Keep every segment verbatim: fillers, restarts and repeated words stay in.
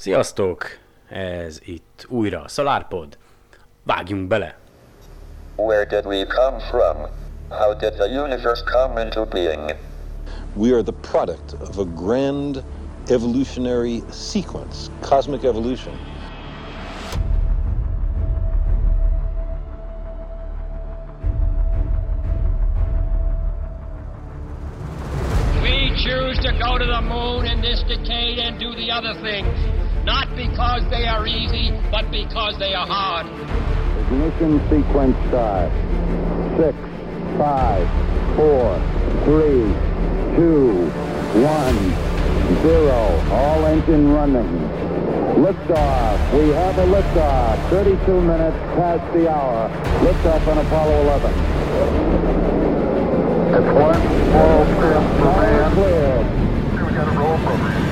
Sziasztok! Ez itt újra a SolarPod. Vágjunk bele! Where did we come from? How did the universe come into being? We are the product of a grand evolutionary sequence, cosmic evolution. We choose to go to the moon in this decade and do the other things, not because they are easy, but because they are hard. Ignition sequence start. Six, five, four, three, two, one, zero. All engine running. Liftoff. We have a liftoff. thirty-two minutes past the hour. Liftoff on Apollo eleven. It's one small step for man. Clear. We got a roll program.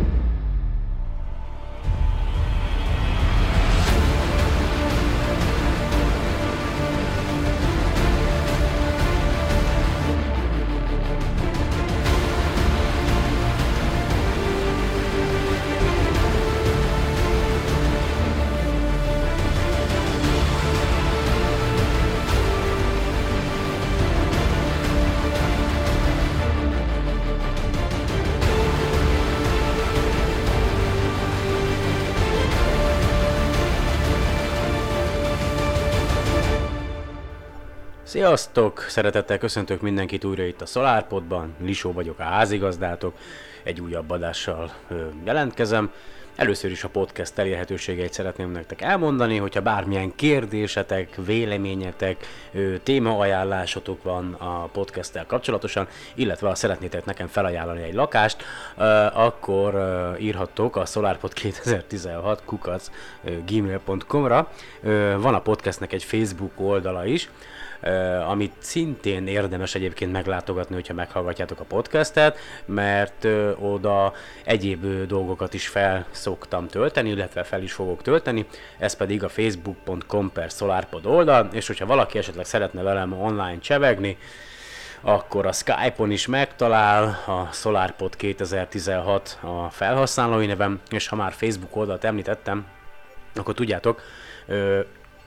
Sziasztok! Szeretettel köszöntök mindenkit újra itt a SolarPodban. Lisó vagyok, a házigazdátok. Egy újabb adással ö, jelentkezem. Először is a podcast elérhetőségeit szeretném nektek elmondani, hogyha bármilyen kérdésetek, véleményetek, ö, témaajánlásotok van a podcasttel kapcsolatosan, illetve ha szeretnétek nekem felajánlani egy lakást, ö, akkor ö, írhattok a solarpod kétezer-tizenhat kukac gmail pont com-ra. Ö, van a podcastnek egy Facebook oldala is, Uh, amit szintén érdemes egyébként meglátogatni, hogyha meghallgatjátok a podcastet, mert uh, oda egyéb uh, dolgokat is fel szoktam tölteni, illetve fel is fogok tölteni, ez pedig a facebook pont com per solarpod oldal, és hogyha valaki esetleg szeretne velem online csevegni, akkor a Skype-on is megtalál, a SolarPod kétezer-tizenhat a felhasználói nevem, és ha már Facebook oldalt említettem, akkor tudjátok, uh,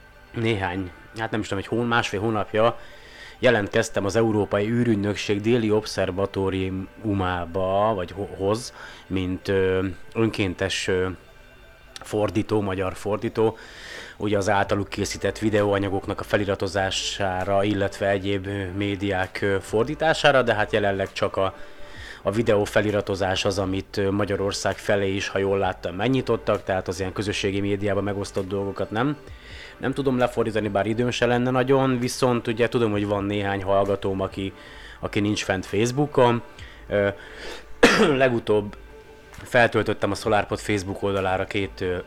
néhány hát nem is tudom, egy hón, másfél hónapja jelentkeztem az Európai űrügynökség déli obszervatóriumába, vagy hoz, mint ö, önkéntes ö, fordító, magyar fordító, ugye az általuk készített videóanyagoknak a feliratozására, illetve egyéb médiák fordítására, de hát jelenleg csak a, a videó feliratozás az, amit Magyarország felé is, ha jól láttam, megnyitottak, tehát az ilyen közösségi médiában megosztott dolgokat nem. Nem tudom lefordítani, bár időm se lenne nagyon, viszont ugye tudom, hogy van néhány hallgatóm, aki, aki nincs fent Facebookon. Ö, legutóbb feltöltöttem a SolarPod Facebook oldalára két ö,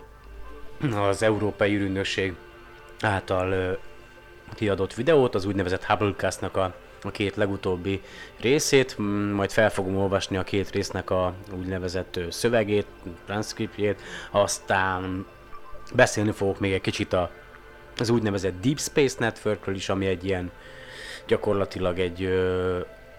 az Európai űrügynökség által ö, kiadott videót, az úgynevezett Hubblecast-nak a, a két legutóbbi részét, majd fel fogom olvasni a két résznek a úgynevezett ö, szövegét, transzkriptjét, aztán beszélni fogok még egy kicsit a az úgynevezett Deep Space Networkről is, ami egy ilyen gyakorlatilag egy ö,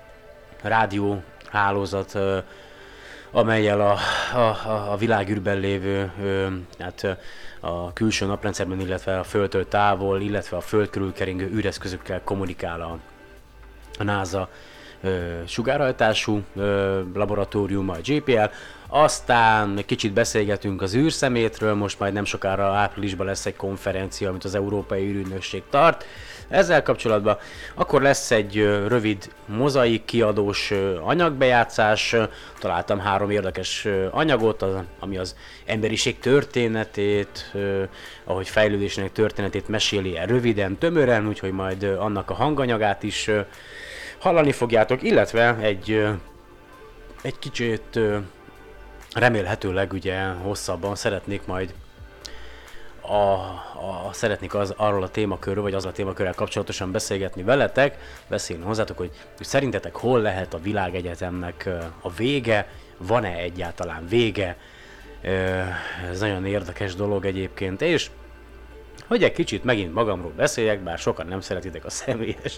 rádióhálózat, ö, amellyel a, a, a világűrben lévő ö, hát, ö, a külső naprendszerben, illetve a Földtől távol, illetve a Föld körül keringő űreszközökkel kommunikál a, a NASA ö, sugárhajtású ö, laboratórium, a J P L. Aztán egy kicsit beszélgetünk az űrszemétről, most majd nem sokára áprilisban lesz egy konferencia, amit az Európai űrügynökség tart. Ezzel kapcsolatban akkor lesz egy rövid mozaik kiadós anyagbejátszás, találtam három érdekes anyagot, ami az emberiség történetét, ahogy fejlődésének történetét meséli el röviden, tömören, úgyhogy majd annak a hanganyagát is hallani fogjátok, illetve egy, egy kicsit remélhetőleg ugye hosszabban szeretnék majd a, a, szeretnék az, arról a témakörről, vagy az a témakörrel kapcsolatosan beszélgetni veletek, beszélni hozzátok, hogy, hogy szerintetek hol lehet a világegyetemnek a vége, van-e egyáltalán vége, ez nagyon érdekes dolog egyébként, és hogy egy kicsit megint magamról beszéljek, bár sokan nem szeretitek a személyes,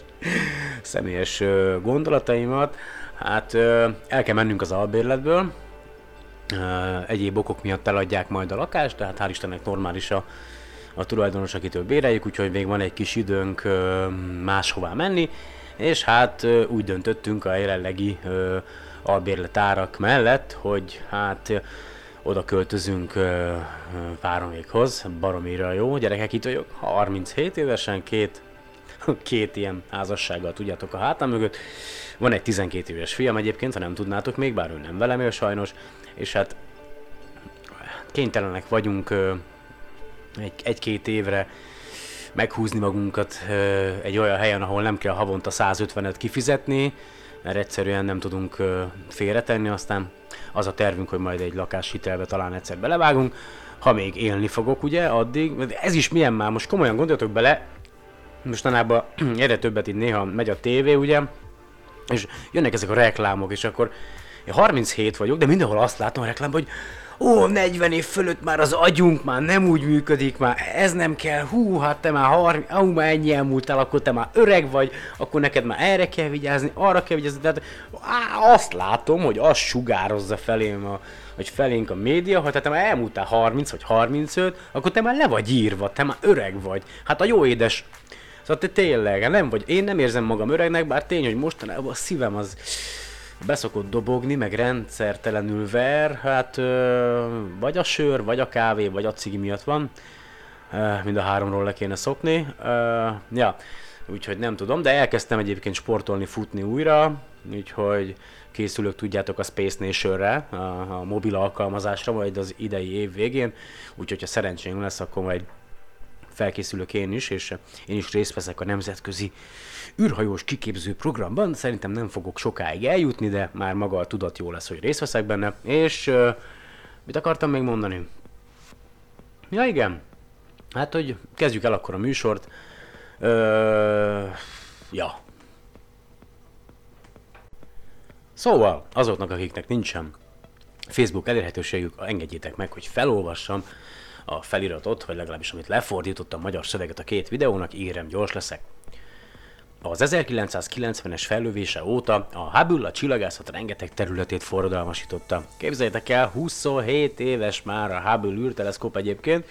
személyes gondolataimat, hát el kell mennünk az albérletből, uh, egyéb okok miatt eladják majd a lakást, tehát hál' Istennek normális a, a tulajdonos, akitől béreljük, úgyhogy még van egy kis időnk uh, máshová menni, és hát uh, úgy döntöttünk a jelenlegi uh, albérletárak mellett, hogy hát uh, oda költözünk uh, Váromékhoz, baromira jó, gyerekek, itt vagyok, harminchét évesen, két, két ilyen házassággal tudjátok a hátam mögött. Van egy tizenkét éves fiam egyébként, ha nem tudnátok még, bár ő nem velem él sajnos, és hát kénytelenek vagyunk uh, egy, egy-két évre meghúzni magunkat uh, egy olyan helyen, ahol nem kell havonta százötvenet kifizetni, mert egyszerűen nem tudunk uh, félretenni, aztán az a tervünk, hogy majd egy lakáshitelbe talán egyszer belevágunk, ha még élni fogok, ugye, addig. Ez is milyen már, most komolyan gondoljatok bele, mostanában egyre többet itt néha megy a tévé, ugye, és jönnek ezek a reklámok, és akkor én harminchét vagyok, de mindenhol azt látom a reklámban, hogy ó, negyven év fölött már az agyunk már nem úgy működik, már ez nem kell, hú, hát te már harminc, hú, már ennyi elmúltál, akkor te már öreg vagy, akkor neked már erre kell vigyázni, arra kell vigyázni, tehát á, azt látom, hogy azt sugározza felém a, vagy felénk a média, hogy te már elmúltál harminc vagy harmincöt, akkor te már le vagy írva, te már öreg vagy. Hát a jó édes, szóval te tényleg, nem vagy, én nem érzem magam öregnek, bár tény, hogy mostanában a szívem az beszokott dobogni, meg rendszertelenül ver, hát ö, vagy a sör, vagy a kávé, vagy a cigi miatt van, ö, mind a háromról le kéne szokni, ö, ja, úgyhogy nem tudom, de elkezdtem egyébként sportolni, futni újra, úgyhogy készülök, tudjátok, a Space Nation-re, a, a mobil alkalmazásra, majd az idei év végén, úgyhogy ha szerencsém lesz, akkor majd felkészülök én is, és én is részt veszek a nemzetközi űrhajós kiképző programban. Szerintem nem fogok sokáig eljutni, de már maga a tudat jó lesz, hogy részt veszek benne. És uh, mit akartam még mondani? Ja igen, hát hogy kezdjük el akkor a műsort. Uh, ja. Szóval azoknak, akiknek nincsen Facebook elérhetőségük, engedjétek meg, hogy felolvassam a feliratot, vagy legalábbis amit lefordítottam magyar szöveget a két videónak, ígérem, gyors leszek. Az ezerkilencszázkilencvenes fellövése óta a Hubble a csillagászat rengeteg területét forradalmasította. Képzeljétek el, huszonhét éves már a Hubble űrteleszkóp egyébként.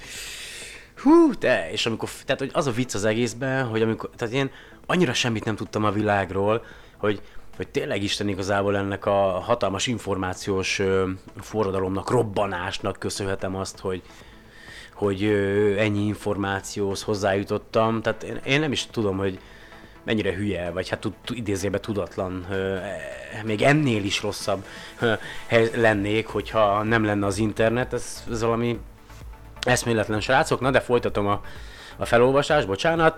Hú, te, és amikor, tehát hogy az a vicc az egészben, hogy amikor, tehát én annyira semmit nem tudtam a világról, hogy hogy tényleg Isten igazából ennek a hatalmas információs ö, forradalomnak, robbanásnak köszönhetem azt, hogy hogy ö, ennyi információhoz hozzájutottam. Tehát én, én nem is tudom, hogy mennyire hülye, vagy hát tud, idézőben tudatlan, ö, még ennél is rosszabb ö, lennék, hogyha nem lenne az internet. Ez, ez valami eszméletlen, srácok. Na de folytatom a, a felolvasást, bocsánat.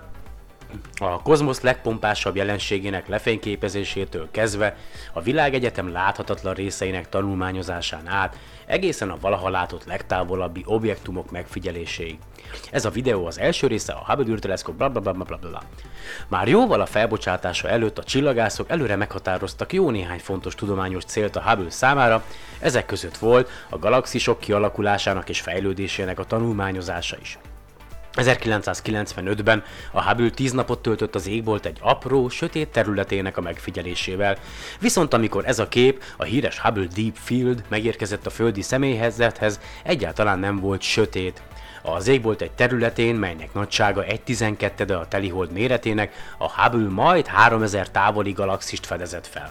A kozmosz legpompásabb jelenségének lefényképezésétől kezdve a világegyetem láthatatlan részeinek tanulmányozásán át, egészen a valaha látott legtávolabbi objektumok megfigyeléséig. Ez a videó az első része a Hubble űrteleszkóp blablabla. Már jóval a felbocsátása előtt a csillagászok előre meghatároztak jó néhány fontos tudományos célt a Hubble számára, ezek között volt a galaxisok kialakulásának és fejlődésének a tanulmányozása is. ezerkilencszázkilencvenötben a Hubble tíz napot töltött az égbolt egy apró, sötét területének a megfigyelésével, viszont amikor ez a kép, a híres Hubble Deep Field megérkezett a földi személyzethez, egyáltalán nem volt sötét. Az égbolt egy területén, melynek nagysága egy tizenkettede a telihold méretének, a Hubble majd háromezer távoli galaxist fedezett fel.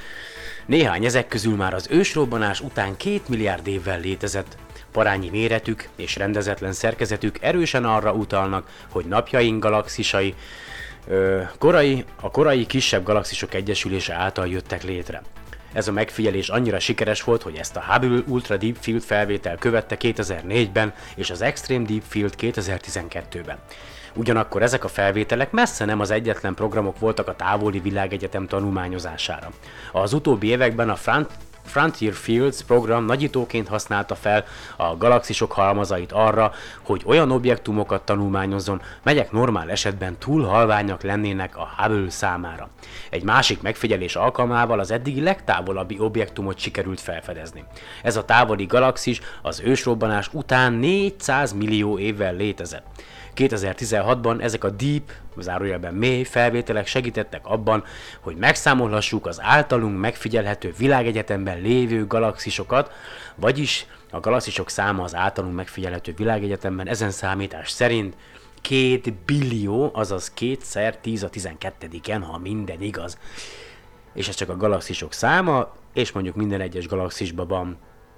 Néhány ezek közül már az ősrobbanás után két milliárd évvel létezett. Parányi méretük és rendezetlen szerkezetük erősen arra utalnak, hogy napjaink galaxisai ö, korai, a korai kisebb galaxisok egyesülése által jöttek létre. Ez a megfigyelés annyira sikeres volt, hogy ezt a Hubble Ultra Deep Field felvétel követte kétezer-négyben és az Extreme Deep Field kétezer-tizenkettőben. Ugyanakkor ezek a felvételek messze nem az egyetlen programok voltak a távoli világegyetem tanulmányozására. Az utóbbi években a Front Frontier Fields program nagyítóként használta fel a galaxisok halmazait arra, hogy olyan objektumokat tanulmányozzon, melyek normál esetben túl halványak lennének a Hubble számára. Egy másik megfigyelés alkalmával az eddigi legtávolabbi objektumot sikerült felfedezni. Ez a távoli galaxis az ősrobbanás után négyszáz millió évvel létezett. kétezer-tizenhatban ezek a deep, zárójelben mély felvételek segítettek abban, hogy megszámolhassuk az általunk megfigyelhető világegyetemben lévő galaxisokat, vagyis a galaxisok száma az általunk megfigyelhető világegyetemben ezen számítás szerint két billió, azaz kétszer tíz a tizenkettediken, ha minden igaz. És ez csak a galaxisok száma, és mondjuk minden egyes galaxisban van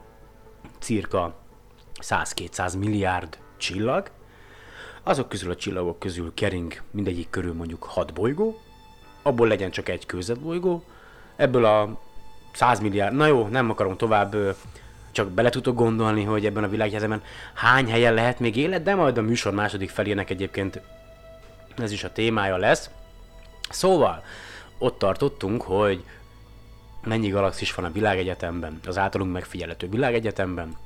cirka száz-kétszáz milliárd csillag. Azok közül a csillagok közül kering mindegyik körül mondjuk hat bolygó, abból legyen csak egy kőzetbolygó, ebből a száz milliárd, na jó, nem akarom tovább, csak bele tudok gondolni, hogy ebben a világegyetemben hány helyen lehet még élet, de majd a műsor második felének egyébként ez is a témája lesz. Szóval, ott tartottunk, hogy mennyi galaxis van a világegyetemben, az általunk megfigyelhető világegyetemben.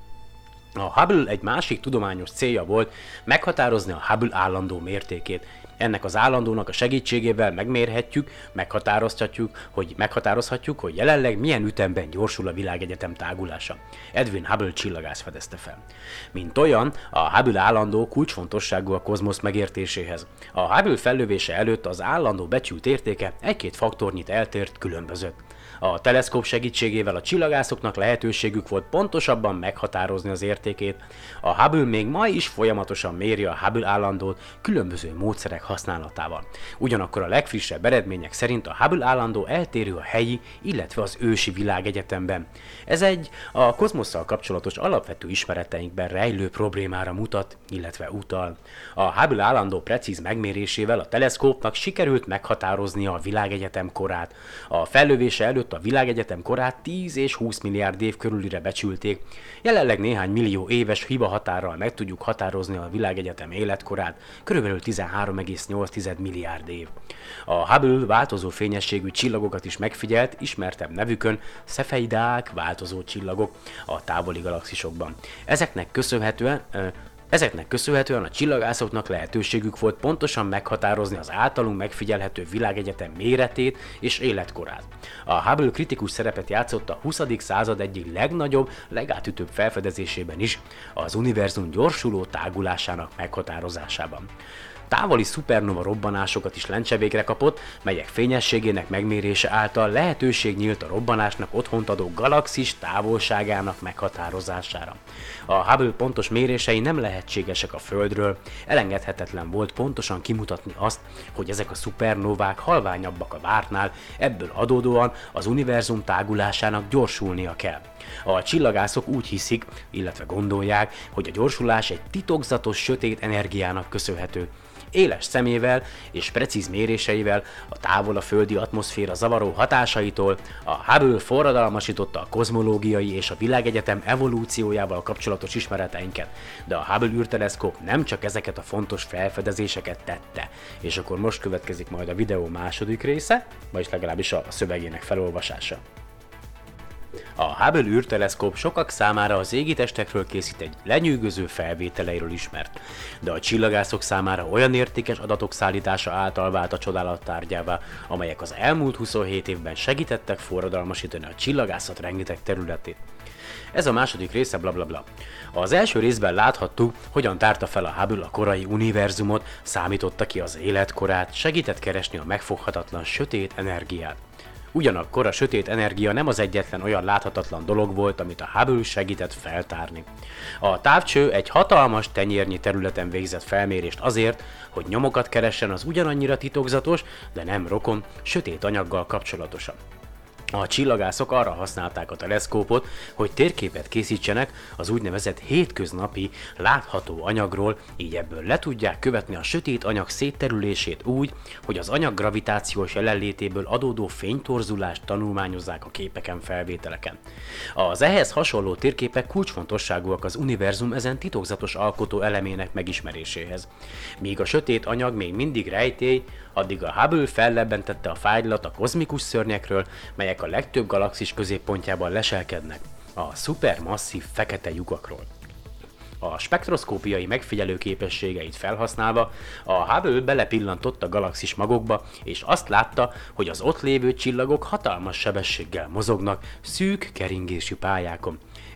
A Hubble egy másik tudományos célja volt meghatározni a Hubble állandó mértékét. Ennek az állandónak a segítségével megmérhetjük, meghatározhatjuk, hogy meghatározhatjuk, hogy jelenleg milyen ütemben gyorsul a világegyetem tágulása. Edwin Hubble csillagász fedezte fel. Mint olyan, a Hubble állandó kulcsfontosságú a kozmosz megértéséhez. A Hubble fellövése előtt az állandó becsült értéke egy-két faktornyit eltért, különbözött. A teleszkóp segítségével a csillagászoknak lehetőségük volt pontosabban meghatározni az értékét. A Hubble még ma is folyamatosan méri a Hubble állandót különböző módszerek használatával. Ugyanakkor a legfrissebb eredmények szerint a Hubble állandó eltérő a helyi, illetve az ősi világegyetemben. Ez egy a kozmosszal kapcsolatos alapvető ismereteinkben rejlő problémára mutat, illetve utal. A Hubble állandó precíz megmérésével a teleszkópnak sikerült meghatároznia a világegyetem korát. A fellövése előtt a világegyetem korát tíz és húsz milliárd év körülire becsülték. Jelenleg néhány millió éves hibahatárral meg tudjuk határozni a világegyetem életkorát, körülbelül tizenhárom egész nyolc milliárd év. A Hubble változó fényességű csillagokat is megfigyelt, ismertebb nevükön Cefeidák, változó csillagok a távoli galaxisokban. Ezeknek köszönhetően Ezeknek köszönhetően a csillagászoknak lehetőségük volt pontosan meghatározni az általunk megfigyelhető világegyetem méretét és életkorát. A Hubble kritikus szerepet játszott a huszadik század egyik legnagyobb, legátütőbb felfedezésében is, az univerzum gyorsuló tágulásának meghatározásában. Távoli szupernova robbanásokat is lencse végre kapott, melyek fényességének megmérése által lehetőség nyílt a robbanásnak otthont adó galaxis távolságának meghatározására. A Hubble pontos mérései nem lehetségesek a Földről, elengedhetetlen volt pontosan kimutatni azt, hogy ezek a szupernovák halványabbak a vártnál, ebből adódóan az univerzum tágulásának gyorsulnia kell. A csillagászok úgy hiszik, illetve gondolják, hogy a gyorsulás egy titokzatos sötét energiának köszönhető. Éles szemével és precíz méréseivel, a távol a földi atmoszféra zavaró hatásaitól, a Hubble forradalmasította a kozmológiai és a világegyetem evolúciójával kapcsolatos ismereteinket, de a Hubble űrteleszkóp nem csak ezeket a fontos felfedezéseket tette. És akkor most következik majd a videó második része, vagyis legalábbis a szövegének felolvasása. A Hubble űrteleszkóp sokak számára az égitestekről készít egy lenyűgöző felvételeiről ismert, de a csillagászok számára olyan értékes adatok szállítása által vált a csodálat tárgyává, amelyek az elmúlt huszonhét évben segítettek forradalmasítani a csillagászat rengeteg területét. Ez a második része blablabla. Bla bla. Az első részben láthattuk, hogyan tárta fel a Hubble a korai univerzumot, számította ki az életkorát, segített keresni a megfoghatatlan sötét energiát. Ugyanakkor a sötét energia nem az egyetlen olyan láthatatlan dolog volt, amit a Hubble segített feltárni. A távcső egy hatalmas tenyérnyi területen végzett felmérést azért, hogy nyomokat keressen az ugyanannyira titokzatos, de nem rokon, sötét anyaggal kapcsolatosan. A csillagászok arra használták a teleszkópot, hogy térképet készítsenek az úgynevezett hétköznapi, látható anyagról, így ebből le tudják követni a sötét anyag szétterülését úgy, hogy az anyag gravitációs jelenlétéből adódó fénytorzulást tanulmányozzák a képeken, felvételeken. Az ehhez hasonló térképek kulcsfontosságúak az univerzum ezen titokzatos alkotó elemének megismeréséhez. Míg a sötét anyag még mindig rejtély, addig a Hubble fellebbentette a fájlat a kozmikus szörnyekről, melyek a legtöbb galaxis középpontjában leselkednek, a szupermasszív fekete lyukakról. A spektroszkópiai megfigyelő képességeit felhasználva a Hubble belepillantott a galaxis magokba, és azt látta, hogy az ott lévő csillagok hatalmas sebességgel mozognak szűk keringésű pályákon.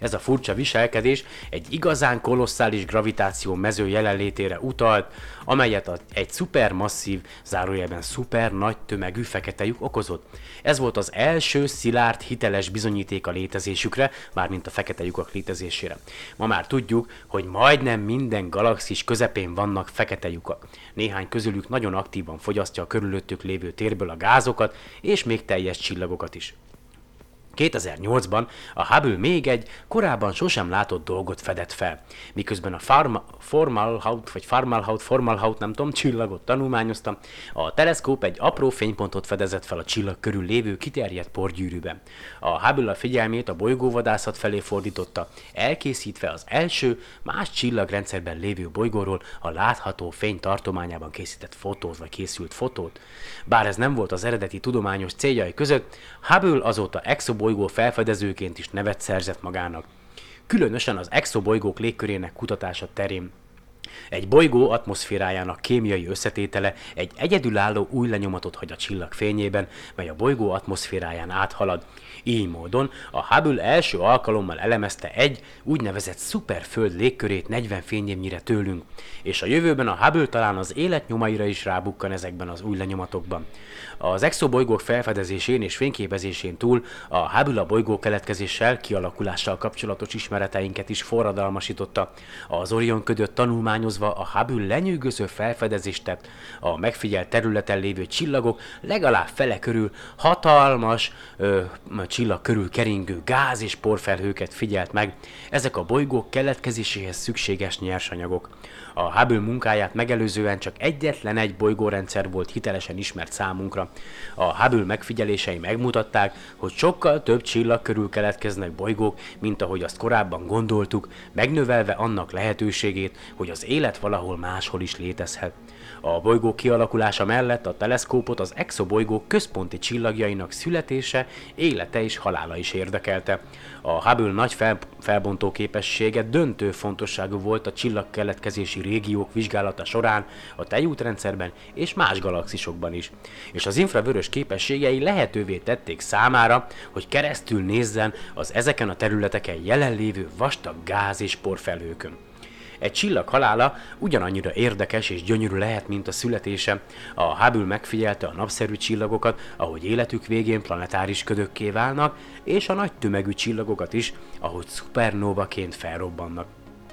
Ez a furcsa viselkedés egy igazán kolosszális gravitáció mező jelenlétére utalt, amelyet a, egy szupermasszív, zárójelben szuper nagy tömegű fekete lyuk okozott. Ez volt az első szilárd, hiteles bizonyíték a létezésükre, mármint a fekete lyukak létezésére. Ma már tudjuk, hogy majdnem minden galaxis közepén vannak fekete lyukak. Néhány közülük nagyon aktívan fogyasztja a körülöttük lévő térből a gázokat, és még teljes csillagokat is. kétezer-nyolcban a Hubble még egy korábban sosem látott dolgot fedett fel. Miközben a Farma, Formalhaut, vagy Farmalhaut, Formalhaut, nem tudom, csillagot tanulmányozta, a teleszkóp egy apró fénypontot fedezett fel a csillag körül lévő kiterjedt porgyűrűben. A Hubble a figyelmét a bolygóvadászat felé fordította, elkészítve az első, más csillagrendszerben lévő bolygóról a látható fény tartományában készített fotót, vagy készült fotót. Bár ez nem volt az eredeti tudományos céljai között, Hubble azóta exobolygó felfedezőként is nevet szerzett magának. Különösen az exobolygók légkörének kutatása terén. Egy bolygó atmoszférájának kémiai összetétele egy egyedülálló új lenyomatot hagy a csillag fényében, mely a bolygó atmoszféráján áthalad. Így módon a Hubble első alkalommal elemezte egy úgynevezett szuperföld légkörét negyven fényévnyire tőlünk, és a jövőben a Hubble talán az élet nyomaira is rábukkan ezekben az új lenyomatokban. Az exobolygók felfedezésén és fényképezésén túl a Hubble a bolygó keletkezéssel, kialakulással kapcsolatos ismereteinket is forradalmasította. Az Orion ködöt tanulmányozva a Hubble lenyűgöző felfedezést tett. A megfigyelt területen lévő csillagok legalább fele körül hatalmas ö, csillag körül keringő gáz- és porfelhőket figyelt meg. Ezek a bolygók keletkezéséhez szükséges nyersanyagok. A Hubble munkáját megelőzően csak egyetlen egy bolygórendszer volt hitelesen ismert számunkra. A Hubble megfigyelései megmutatták, hogy sokkal több csillag körül keletkeznek bolygók, mint ahogy azt korábban gondoltuk, megnövelve annak lehetőségét, hogy az élet valahol máshol is létezhet. A bolygók kialakulása mellett a teleszkópot az exobolygók központi csillagjainak születése, élete és halála is érdekelte. A Hubble nagy fel, felbontó képessége döntő fontosságú volt a csillagkeletkezési régiók vizsgálata során, a tejútrendszerben és más galaxisokban is. És az infravörös képességei lehetővé tették számára, hogy keresztül nézzen az ezeken a területeken jelenlévő vastag gáz- és porfelhőkön. Egy csillag halála ugyanannyira érdekes és gyönyörű lehet, mint a születése. A Hubble megfigyelte a napszerű csillagokat, ahogy életük végén planetáris ködökké válnak, és a nagy tömegű csillagokat is, ahogy szupernóvaként felrobbannak.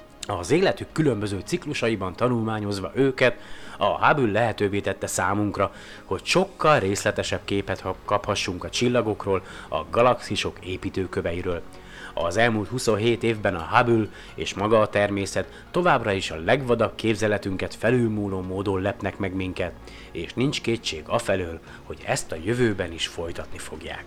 Az életük különböző ciklusaiban tanulmányozva őket, a Hubble lehetővé tette számunkra, hogy sokkal részletesebb képet kaphassunk a csillagokról, a galaxisok építőköveiről. Az elmúlt huszonhét évben a Hubble és maga a természet továbbra is a legvadabb képzeletünket felülmúló módon lepnek meg minket, és nincs kétség afelől, hogy ezt a jövőben is folytatni fogják.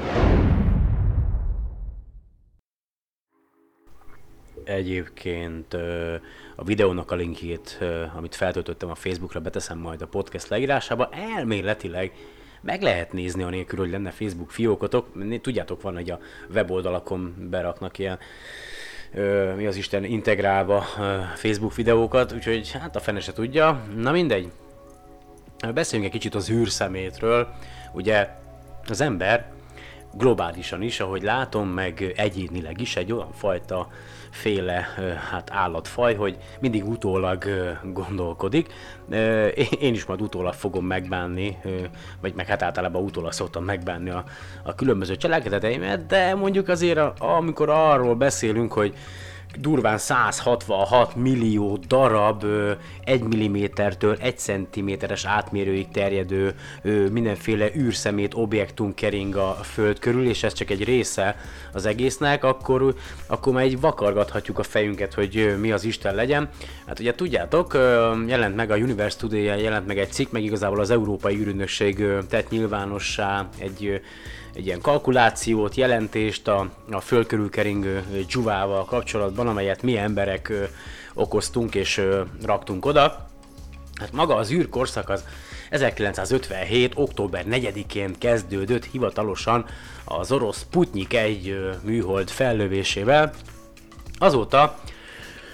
Egyébként a videónak a linkjét, amit feltöltöttem a Facebookra, beteszem majd a podcast leírásába. Elméletileg meg lehet nézni anélkül, hogy lenne Facebook fiókotok. Tudjátok, van, hogy a weboldalakon beraknak ilyen, ö, mi az Isten, integrálva ö, Facebook videókat, úgyhogy hát a fene se tudja. Na mindegy. Beszéljünk egy kicsit az űrszemétről. Ugye az ember globálisan is, ahogy látom, meg egyénileg is egy olyan fajta féle hát állatfaj, hogy mindig utólag gondolkodik. Én is majd utólag fogom megbánni, vagy meg hát általában utólag szoktam megbánni a, a különböző cselekedeteimet, de mondjuk azért amikor arról beszélünk, hogy durván száz hatvanhat millió darab egy millimétertől egy centiméteres átmérőig terjedő ö, mindenféle űrszemét objektum kering a Föld körül, és ez csak egy része az egésznek, akkor, akkor már így vakargathatjuk a fejünket, hogy ö, mi az Isten legyen. Hát ugye tudjátok, ö, jelent meg a Universe Today-en jelent meg egy cikk, meg igazából az Európai űrügynökség ö, tett nyilvánossá egy ö, egy ilyen kalkulációt, jelentést a, a föld körül keringő dzsuvával kapcsolatban, amelyet mi emberek ö, okoztunk és ö, raktunk oda. Hát maga az űrkorszak az ezerkilencszázötvenhét. október negyedikén kezdődött hivatalosan az orosz Sputnik egy ö, műhold fellövésével. Azóta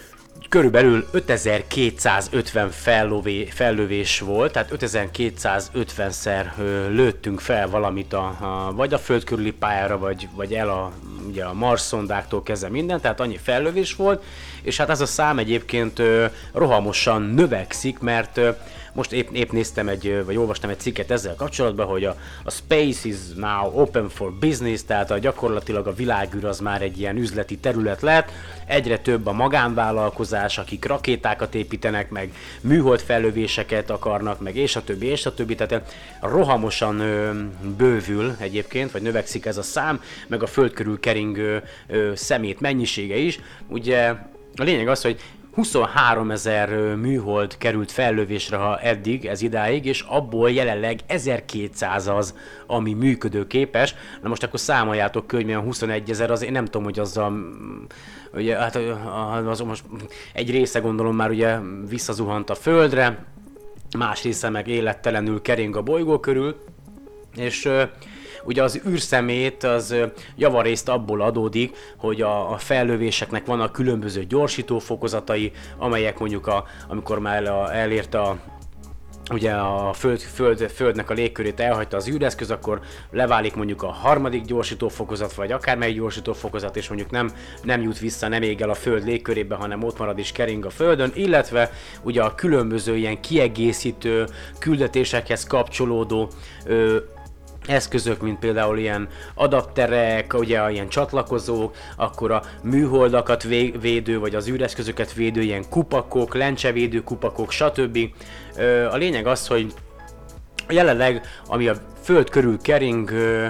körülbelül ötezer-kétszázötven fellövé, fellövés volt, tehát ötezer-kétszázötvenszer ö, lőttünk fel valamit a, a, vagy a föld körüli pályára, vagy, vagy el a, ugye a Mars szondáktól kezdve minden, tehát annyi fellövés volt, és hát ez a szám egyébként ö, rohamosan növekszik, mert ö, most épp, épp néztem egy, vagy olvastam egy cikket ezzel kapcsolatban, hogy a, a space is now open for business, tehát a, gyakorlatilag a világűr az már egy ilyen üzleti terület lett, egyre több a magánvállalkozás, akik rakétákat építenek, meg műhold fellövéseket akarnak, meg és a többi, és a többi, tehát rohamosan ö, bővül egyébként, vagy növekszik ez a szám, meg a föld körül keringő ö, szemét mennyisége is. Ugye a lényeg az, hogy huszonháromezer műhold került fellövésre ha eddig, ez idáig, és abból jelenleg ezerkétszáz az, ami működőképes. Na most akkor számoljátok ki, hogy milyen huszonegyezer, az én nem tudom, hogy azzal, ugye, hát az most egy része gondolom már ugye visszazuhant a Földre, más része meg élettelenül kering a bolygó körül, és ugye az űrszemét az javarészt abból adódik, hogy a, a fellövéseknek vannak különböző gyorsító fokozatai, amelyek mondjuk a, amikor már elérte a ugye a föld, föld, földnek a légkörét elhagyta az űreszköz, akkor leválik mondjuk a harmadik gyorsítófokozat, vagy akármelyik gyorsítófokozat, és mondjuk nem, nem jut vissza, nem ég el a föld légkörébe, hanem ott marad és kering a földön, illetve ugye a különböző ilyen kiegészítő küldetésekhez kapcsolódó ö, eszközök, mint például ilyen adapterek, ugye ilyen csatlakozók, akkor a műholdakat védő, vagy az űreszközöket védő ilyen kupakok, lencsevédő kupakok, stb. A lényeg az, hogy jelenleg, ami a föld körül kering,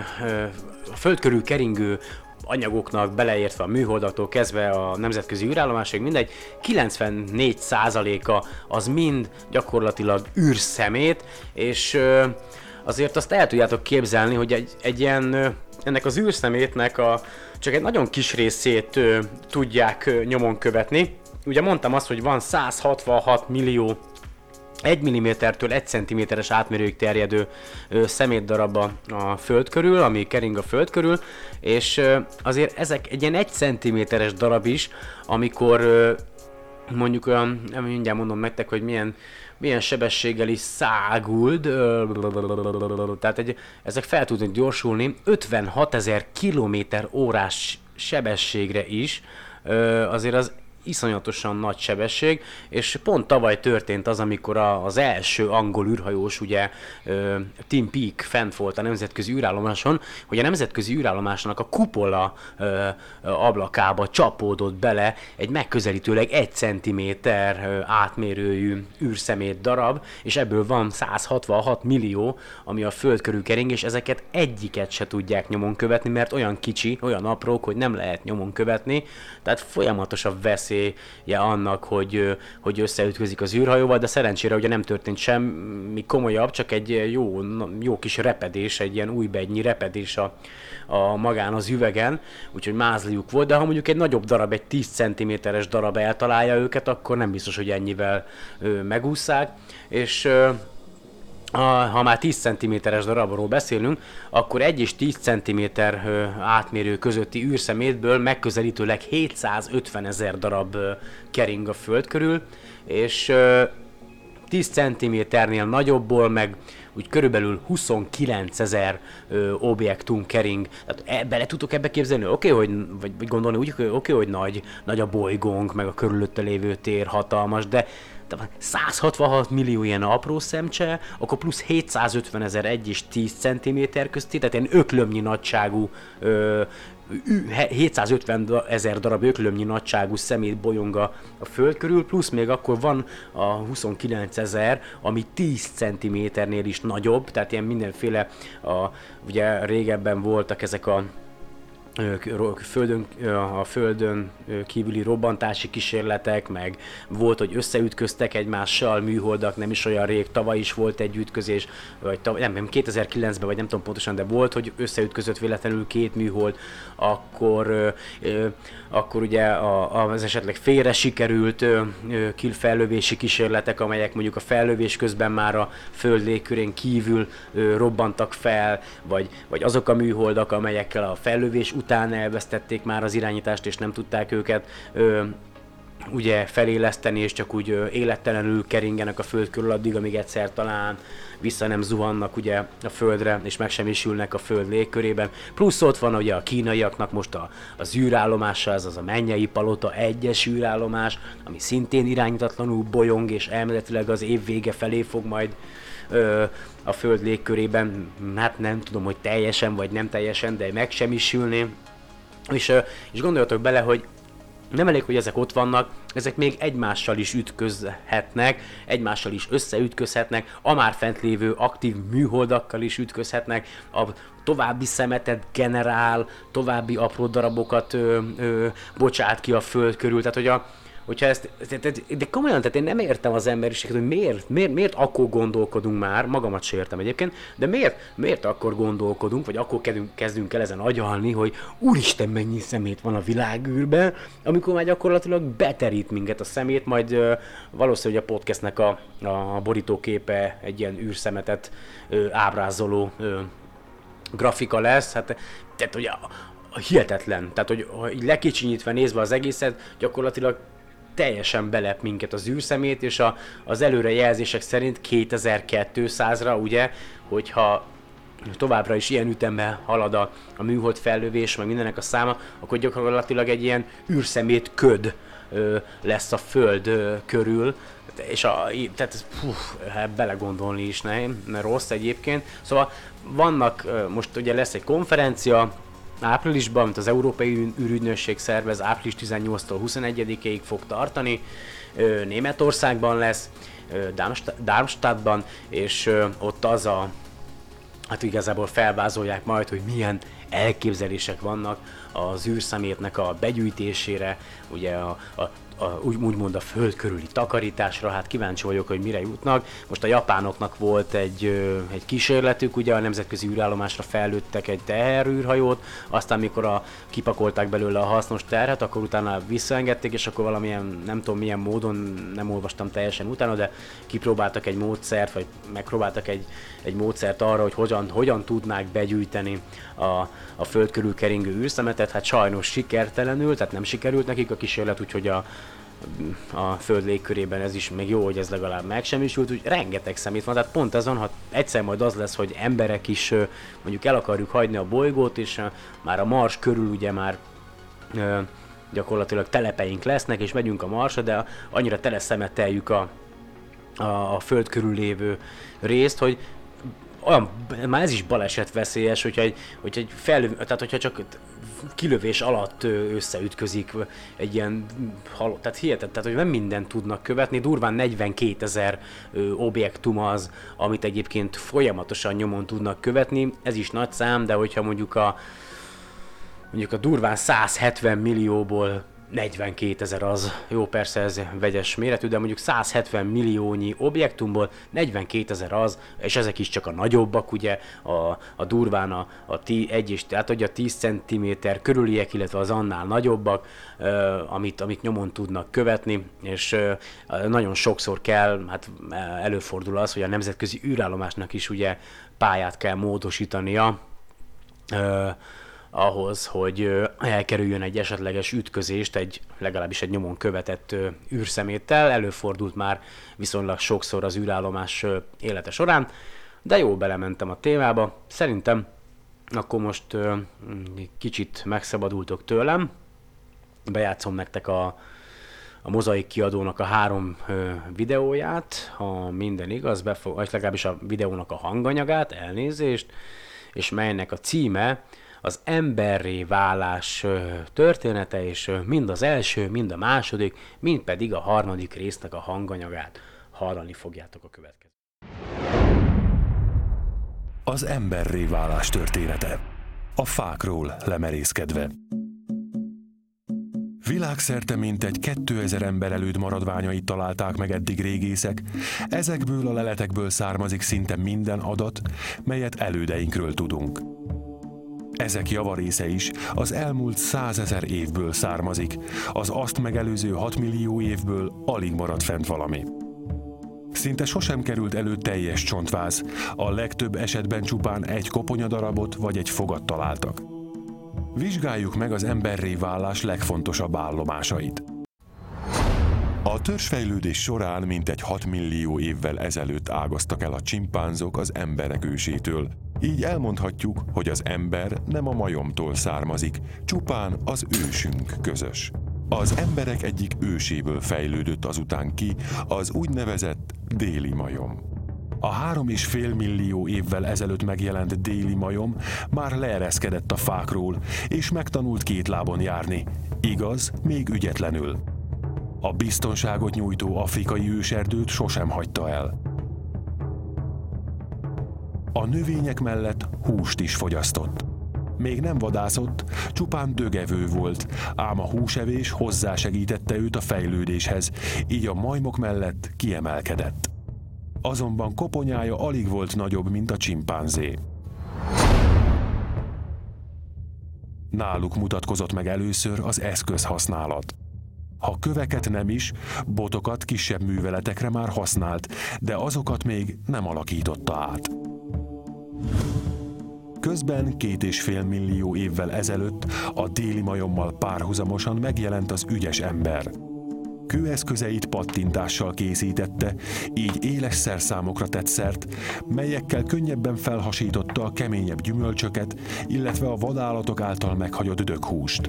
a föld körül keringő anyagoknak beleértve a műholdaktól kezdve a nemzetközi űrállomásig, mindegy, kilencvennégy százaléka az mind gyakorlatilag űrszemét, és azért azt el tudjátok képzelni, hogy egy, egy ilyen, ennek az űrszemétnek a, csak egy nagyon kis részét ö, tudják ö, nyomon követni. Ugye mondtam azt, hogy van száz hatvanhat millió egy millimétertől egy centiméteres átmérőig terjedő ö, szemétdarab a, a föld körül, ami kering a föld körül, és ö, azért ezek egy ilyen egy centiméteres darab is, amikor ö, mondjuk olyan, nem mindjárt mondom nektek, hogy milyen milyen sebességgel is száguld, tehát egy, ezek fel tudnak gyorsulni ötvenhatezer kilométer órás sebességre is, azért az iszonyatosan nagy sebesség, és pont tavaly történt az, amikor a, az első angol űrhajós, ugye Tim Peake fent volt a nemzetközi űrállomáson, hogy a nemzetközi űrállomásnak a kupola ö, ablakába csapódott bele egy megközelítőleg egy centiméter átmérőjű űrszemét darab, és ebből van száz hatvanhat millió, ami a föld körül kering, és ezeket egyiket se tudják nyomon követni, mert olyan kicsi, olyan aprók, hogy nem lehet nyomon követni, tehát folyamatos a veszély annak, hogy, hogy összeütközik az űrhajóval, de szerencsére ugye nem történt semmi komolyabb, csak egy jó, jó kis repedés, egy ilyen újbegynyi repedés a, a magán az üvegen, úgyhogy mázliuk volt, de ha mondjuk egy nagyobb darab, egy tíz centiméteres darab eltalálja őket, akkor nem biztos, hogy ennyivel ö, megússzák, és ö, ha már tíz centiméteres darabról beszélünk, akkor egy és tíz centiméter átmérő közötti űrszemétből megközelítőleg hétszázötvenezer darab kering a föld körül, és tíz centiméternél nagyobbból meg úgy körülbelül huszonkilencezer objektum kering. Tehát bele tudtok ebbe képzelni? Oké, okay, hogy, vagy gondolni úgy, oké, okay, hogy nagy, nagy a bolygónk, meg a körülötte lévő tér hatalmas, de száz hatvanhat millió ilyen apró szemcse, akkor plusz hétszázötvenezer egy és tíz centiméter közti, tehát ilyen öklömnyi nagyságú, ö, hétszázötvenezer darab öklömnyi nagyságú szemét bolyong a, a föld körül, plusz még akkor van a huszonkilencezer, ami tíz centiméternél is nagyobb, tehát ilyen mindenféle, a, ugye régebben voltak ezek a Földön, a földön kívüli robbantási kísérletek, meg volt, hogy összeütköztek egymással műholdak, nem is olyan rég, tavaly is volt egy ütközés, vagy tavaly, nem, nem kétezer-kilencben, vagy nem tudom pontosan, de volt, hogy összeütközött véletlenül két műhold, akkor, akkor ugye az esetleg félre sikerült fellövési kísérletek, amelyek mondjuk a fellövés közben már a föld légkörén kívül robbantak fel, vagy, vagy azok a műholdak, amelyekkel a fellövés után elvesztették már az irányítást, és nem tudták őket ö, ugye feléleszteni, és csak úgy ö, élettelenül keringenek a föld körül addig, amíg egyszer talán vissza nem zuhannak ugye a földre, és megsemmisülnek a föld légkörében. Plusz ott van ugye a kínaiaknak most a, az űrállomása, ez az a Mennyei Palota egyes űrállomás, ami szintén irányítatlanul bolyong, és elméletileg az év vége felé fog majd ö, a föld légkörében, hát nem tudom, hogy teljesen vagy nem teljesen, de megsemmisülni. És, ö, és gondoljatok bele, hogy nem elég, hogy ezek ott vannak, ezek még egymással is ütközhetnek, egymással is összeütközhetnek, a már fent lévő aktív műholdakkal is ütközhetnek, a további szemetet generál, további apró darabokat ö, ö, bocsát ki a föld körül, tehát hogy a Hogyha ezt, de komolyan, tehát én nem értem az emberiséget, hogy miért, miért, miért akkor gondolkodunk már, magamat se értem egyébként, de miért, miért akkor gondolkodunk, vagy akkor kezdünk, kezdünk el ezen agyalni, hogy úristen, mennyi szemét van a világűrben, amikor már gyakorlatilag beterít minket a szemét, majd ö, valószínűleg a podcastnek a, a borítóképe egy ilyen űrszemetet ö, ábrázoló ö, grafika lesz, hát tehát hogy a, a hihetetlen, tehát hogy, hogy így lekicsinyítve nézve az egészet, gyakorlatilag teljesen belep minket az űrszemét, és a, az előrejelzések szerint kétezer-kétszázra, ugye, hogyha továbbra is ilyen ütemben halad a, a műhold fellövés, meg mindennek a száma, akkor gyakorlatilag egy ilyen űrszemét köd ö, lesz a Föld ö, körül, és a, tehát fú, belegondolni is nem rossz egyébként. Szóval vannak, most ugye lesz egy konferencia, áprilisban, amit az Európai űrügynökség szervez, április tizennyolcadikától huszonegyedikéig fog tartani, Németországban lesz, Darmstadtban, és ott az a, hát igazából felvázolják majd, hogy milyen elképzelések vannak az űrszemétnek a begyűjtésére, ugye a, a A, úgy, úgymond a föld körüli takarításra, hát kíváncsi vagyok, hogy mire jutnak. Most a japánoknak volt egy, egy kísérletük, ugye a nemzetközi űrállomásra fellőttek egy teherűrhajót, aztán mikor a, kipakolták belőle a hasznos terhet, akkor utána visszaengedték, és akkor valamilyen, nem tudom milyen módon, nem olvastam teljesen utána, de kipróbáltak egy módszert, vagy megpróbáltak egy, egy módszert arra, hogy hogyan, hogyan tudnák begyűjteni a, a föld körül keringő űrszemetet. Hát sajnos sikertelenül, tehát nem sikerült nekik a kísérlet, úgyhogy a a föld légkörében ez is még jó, hogy ez legalább megsemmisült, úgy rengeteg szemét van, tehát pont ez van, ha egyszer majd az lesz, hogy emberek is mondjuk el akarjuk hagyni a bolygót, és már a Mars körül ugye már gyakorlatilag telepeink lesznek, és megyünk a Marsra, de annyira tele szemeteljük a, a, a föld körül lévő részt, hogy olyan, már ez is balesetveszélyes, hogyha egy, hogyha egy fel, tehát hogyha csak kilövés alatt összeütközik egy ilyen halott, tehát hihetet, tehát hogy nem mindent tudnak követni, durván negyvenkétezer objektum az, amit egyébként folyamatosan nyomon tudnak követni, ez is nagy szám, de hogyha mondjuk a mondjuk a durván százhetven millióból negyvenkétezer az, jó persze ez vegyes méretű, de mondjuk százhetven milliónyi objektumból negyvenkétezer az, és ezek is csak a nagyobbak, ugye a, a durván a, a egy és tehát ugye a tíz centiméter körüliek, illetve az annál nagyobbak, uh, amit, amit nyomon tudnak követni, és uh, nagyon sokszor kell, hát előfordul az, hogy a nemzetközi űrállomásnak is ugye pályát kell módosítania, uh, ahhoz, hogy elkerüljön egy esetleges ütközést egy legalábbis egy nyomon követett űrszeméttel. Előfordult már viszonylag sokszor az űrállomás élete során, de jól belementem a témába. Szerintem akkor most kicsit megszabadultok tőlem. Bejátszom nektek a, a Mozaik kiadónak a három videóját, ha minden igaz, befog, vagy legalábbis a videónak a hanganyagát, elnézést, és melynek a címe az emberré válás története, és mind az első, mind a második, mind pedig a harmadik résznek a hanganyagát hallani fogjátok a következő. Az emberré válás története. A fákról lemerészkedve. Világszerte mintegy kétezer ember előtt maradványait találták meg eddig régészek, ezekből a leletekből származik szinte minden adat, melyet elődeinkről tudunk. Ezek javarésze is az elmúlt százezer évből származik, az azt megelőző hat millió évből alig maradt fent valami. Szinte sosem került elő teljes csontváz, a legtöbb esetben csupán egy koponyadarabot vagy egy fogat találtak. Vizsgáljuk meg az emberré válás legfontosabb állomásait. A törzsfejlődés során mintegy hat millió évvel ezelőtt ágaztak el a csimpánzok az emberek ősétől. Így elmondhatjuk, hogy az ember nem a majomtól származik, csupán az ősünk közös. Az emberek egyik őséből fejlődött azután ki az úgynevezett déli majom. A három és fél millió évvel ezelőtt megjelent déli majom már leereszkedett a fákról, és megtanult két lábon járni, igaz, még ügyetlenül. A biztonságot nyújtó afrikai őserdőt sosem hagyta el. A növények mellett húst is fogyasztott. Még nem vadászott, csupán dögevő volt, ám a húsevés hozzásegítette őt a fejlődéshez, így a majmok mellett kiemelkedett. Azonban koponyája alig volt nagyobb, mint a csimpánzé. Náluk mutatkozott meg először az eszközhasználat. Ha köveket nem is, botokat kisebb műveletekre már használt, de azokat még nem alakította át. Közben két és fél millió évvel ezelőtt a déli majommal párhuzamosan megjelent az ügyes ember. Kőeszközeit pattintással készítette, így éles szerszámokra tett szert, melyekkel könnyebben felhasította a keményebb gyümölcsöket, illetve a vadállatok által meghagyott döghúst.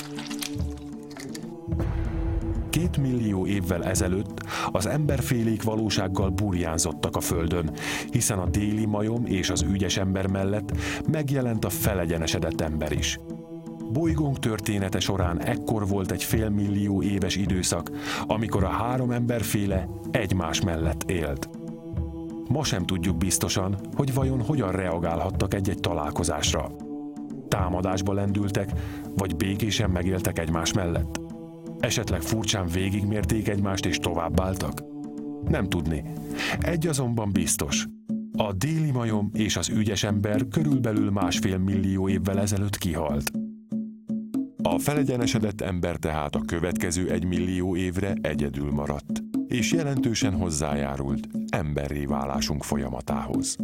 Két millió évvel ezelőtt az emberfélék valósággal burjánzottak a földön, hiszen a déli majom és az ügyes ember mellett megjelent a felegyenesedett ember is. Bolygónk története során ekkor volt egy félmillió éves időszak, amikor a három emberféle egymás mellett élt. Ma sem tudjuk biztosan, hogy vajon hogyan reagálhattak egy-egy találkozásra. Támadásba lendültek, vagy békésen megéltek egymás mellett. Esetleg furcsán végigmérték egymást és továbbáltak? Nem tudni. Egy azonban biztos. A déli majom és az ügyes ember körülbelül másfél millió évvel ezelőtt kihalt. A felegyenesedett ember tehát a következő egy millió évre egyedül maradt, és jelentősen hozzájárult emberré válásunk folyamatához.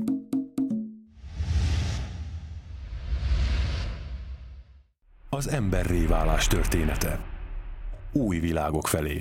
Az emberré válás története. Új világok felé.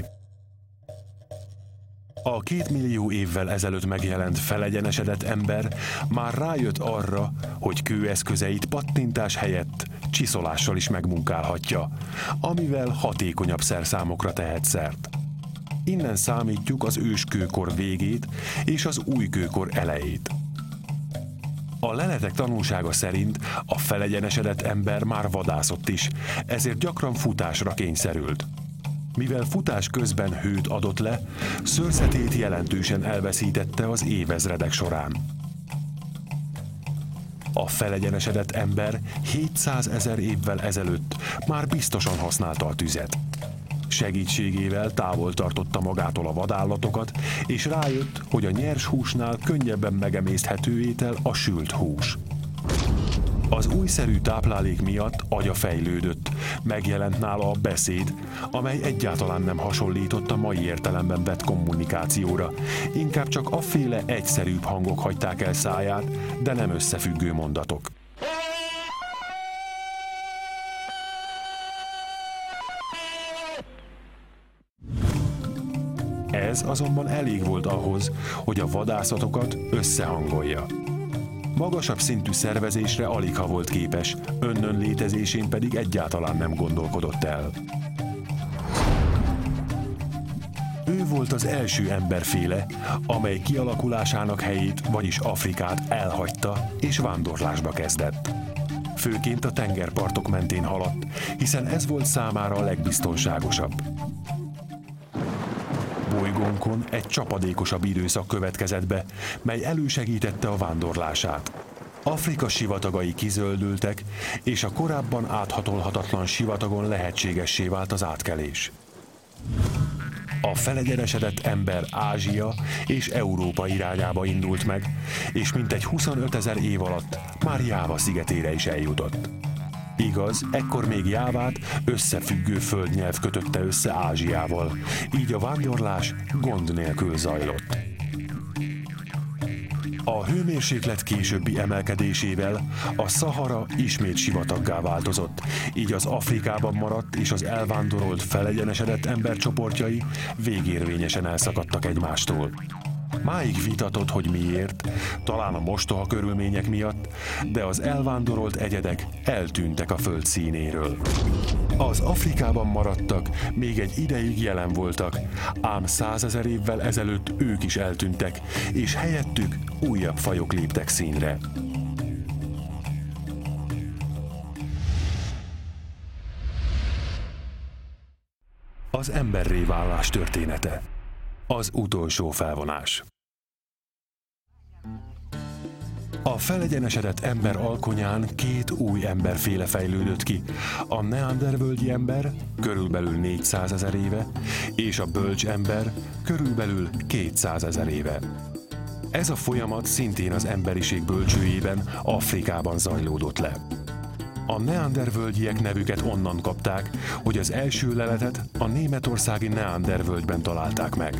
A két millió évvel ezelőtt megjelent felegyenesedett ember már rájött arra, hogy kőeszközeit pattintás helyett csiszolással is megmunkálhatja, amivel hatékonyabb szerszámokra tehet szert. Innen számítjuk az őskőkor végét és az újkőkor elejét. A leletek tanúsága szerint a felegyenesedett ember már vadászott is, ezért gyakran futásra kényszerült. Mivel futás közben hőt adott le, szőrzetét jelentősen elveszítette az évezredek során. A felegyenesedett ember hétszázezer évvel ezelőtt már biztosan használta a tüzet. Segítségével távol tartotta magától a vadállatokat, és rájött, hogy a nyers húsnál könnyebben megemészthető étel a sült hús. Az újszerű táplálék miatt agya fejlődött, megjelent nála a beszéd, amely egyáltalán nem hasonlított a mai értelemben vett kommunikációra, inkább csak afféle egyszerűbb hangok hagyták el száját, de nem összefüggő mondatok. Ez azonban elég volt ahhoz, hogy a vadászatokat összehangolja. Magasabb szintű szervezésre aligha volt képes, önnön létezésén pedig egyáltalán nem gondolkodott el. Ő volt az első emberféle, amely kialakulásának helyét, vagyis Afrikát elhagyta és vándorlásba kezdett. Főként a tengerpartok mentén haladt, hiszen ez volt számára a legbiztonságosabb. Bolygónkon egy csapadékosabb időszak következett be, mely elősegítette a vándorlását. Afrika sivatagai kizöldültek, és a korábban áthatolhatatlan sivatagon lehetségessé vált az átkelés. A felegyenesedett ember Ázsia és Európa irányába indult meg, és mintegy huszonötezer év alatt már Jáva szigetére is eljutott. Igaz, ekkor még Jávát összefüggő földnyelv kötötte össze Ázsiával, így a vándorlás gond nélkül zajlott. A hőmérséklet későbbi emelkedésével a Szahara ismét sivataggá változott, így az Afrikában maradt és az elvándorolt, felegyenesedett embercsoportjai végérvényesen elszakadtak egymástól. Máig vitatott, hogy miért, talán a mostoha körülmények miatt, de az elvándorolt egyedek eltűntek a föld színéről. Az Afrikában maradtak még egy ideig jelen voltak, ám százezer évvel ezelőtt ők is eltűntek, és helyettük újabb fajok léptek színre. Az emberré válás története. Az utolsó felvonás. A felegyenesedett ember alkonyán két új emberféle fejlődött ki, a neandervölgyi ember körülbelül négyszázezer éve, és a bölcs ember körülbelül kétszázezer éve. Ez a folyamat szintén az emberiség bölcsőjében, Afrikában zajlódott le. A neandervölgyiek nevüket onnan kapták, hogy az első leletet a németországi Neandervölgyben találták meg.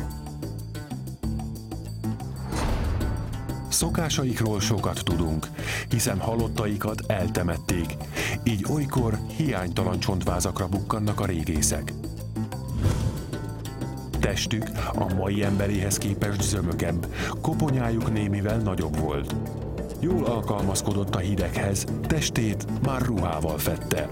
Szokásaikról sokat tudunk, hiszen halottaikat eltemették, így olykor hiánytalan csontvázakra bukkannak a régészek. Testük a mai emberéhez képest zömökebb, koponyájuk némivel nagyobb volt. Jól alkalmazkodott a hideghez, testét már ruhával fedte.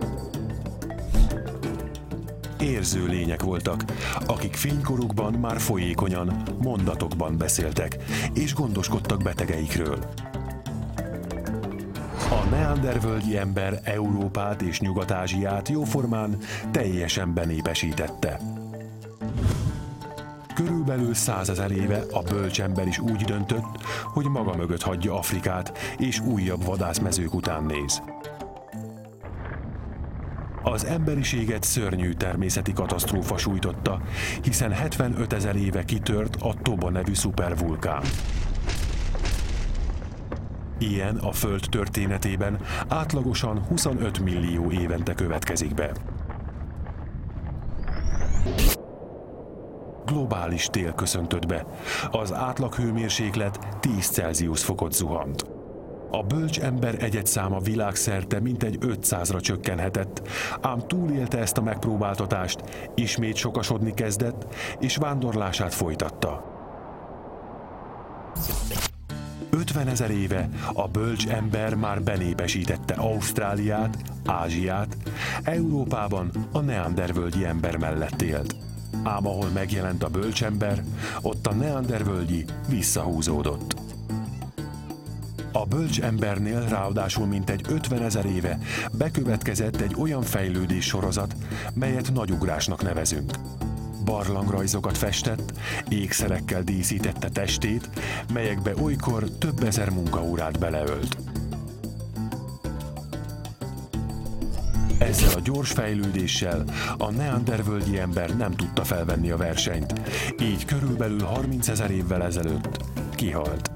Érző lények voltak, akik fénykorukban már folyékonyan, mondatokban beszéltek, és gondoskodtak betegeikről. A neandervölgyi ember Európát és Nyugat-Ázsiát jóformán teljesen benépesítette. Körülbelül százezer éve a bölcsember is úgy döntött, hogy maga mögött hagyja Afrikát, és újabb vadászmezők után néz. Az emberiséget szörnyű természeti katasztrófa sújtotta, hiszen hetvenötezer éve kitört a Toba nevű szupervulkán. Ilyen a Föld történetében átlagosan huszonöt millió évente következik be. Globális tél köszöntött be. Az átlag hőmérséklet tíz Celsius fokot zuhant. A bölcs ember egyedszáma világszerte mintegy ötszázra csökkenhetett, ám túlélte ezt a megpróbáltatást, ismét sokasodni kezdett, és vándorlását folytatta. ötvenezer éve a bölcs ember már benépesítette Ausztráliát, Ázsiát, Európában a neandervölgyi ember mellett élt. Ám ahol megjelent a bölcsember, ott a neandervölgyi visszahúzódott. A bölcs embernél ráadásul mintegy ötvenezer éve bekövetkezett egy olyan fejlődés sorozat, melyet nagyugrásnak nevezünk. Barlangrajzokat festett, ékszerekkel díszítette testét, melyekbe olykor több ezer munkaórát beleölt. Ezzel a gyors fejlődéssel a neandervölgyi ember nem tudta felvenni a versenyt, így körülbelül harmincezer évvel ezelőtt kihalt.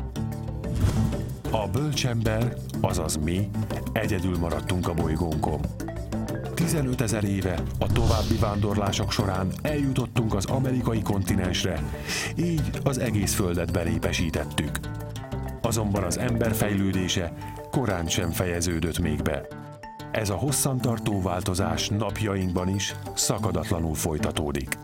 A bölcsember, azaz mi, egyedül maradtunk a bolygónkon. tizenötezer éve a további vándorlások során eljutottunk az amerikai kontinensre, így az egész földet benépesítettük. Azonban az ember fejlődése korán sem fejeződött még be. Ez a hosszantartó változás napjainkban is szakadatlanul folytatódik.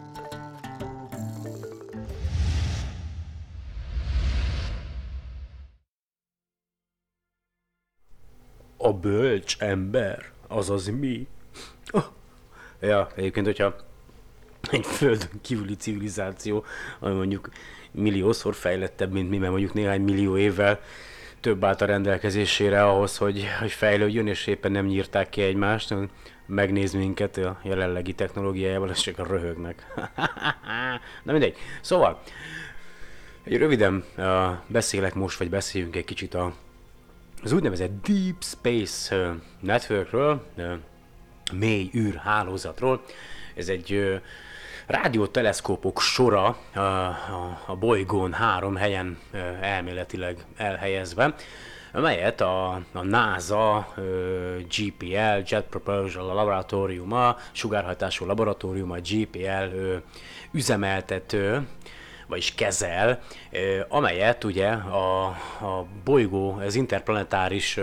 A bölcs ember, azaz mi? Oh. Ja, egyébként, hogyha egy földön kívüli civilizáció, ami mondjuk milliószor fejlettebb, mint mi, mert mondjuk néhány millió évvel több állt a rendelkezésére ahhoz, hogy, hogy fejlődjön, és éppen nem nyírták ki egymást, megnéz minket a jelenlegi technológiájával, és csak röhögnek. Na mindegy. Szóval, egy röviden uh, beszélek most, vagy beszéljünk egy kicsit a, az úgynevezett Deep Space uh, Networkről, uh, mély űrhálózatról. Ez egy uh, rádióteleszkópok sora uh, a, a bolygón három helyen uh, elméletileg elhelyezve, melyet a, a NASA uh, G P L, Jet Propulsion Laboratóriuma, sugárhajtású laboratóriuma, G P L uh, üzemeltető, vagyis kezel, amelyet ugye a, a bolygó, az interplanetáris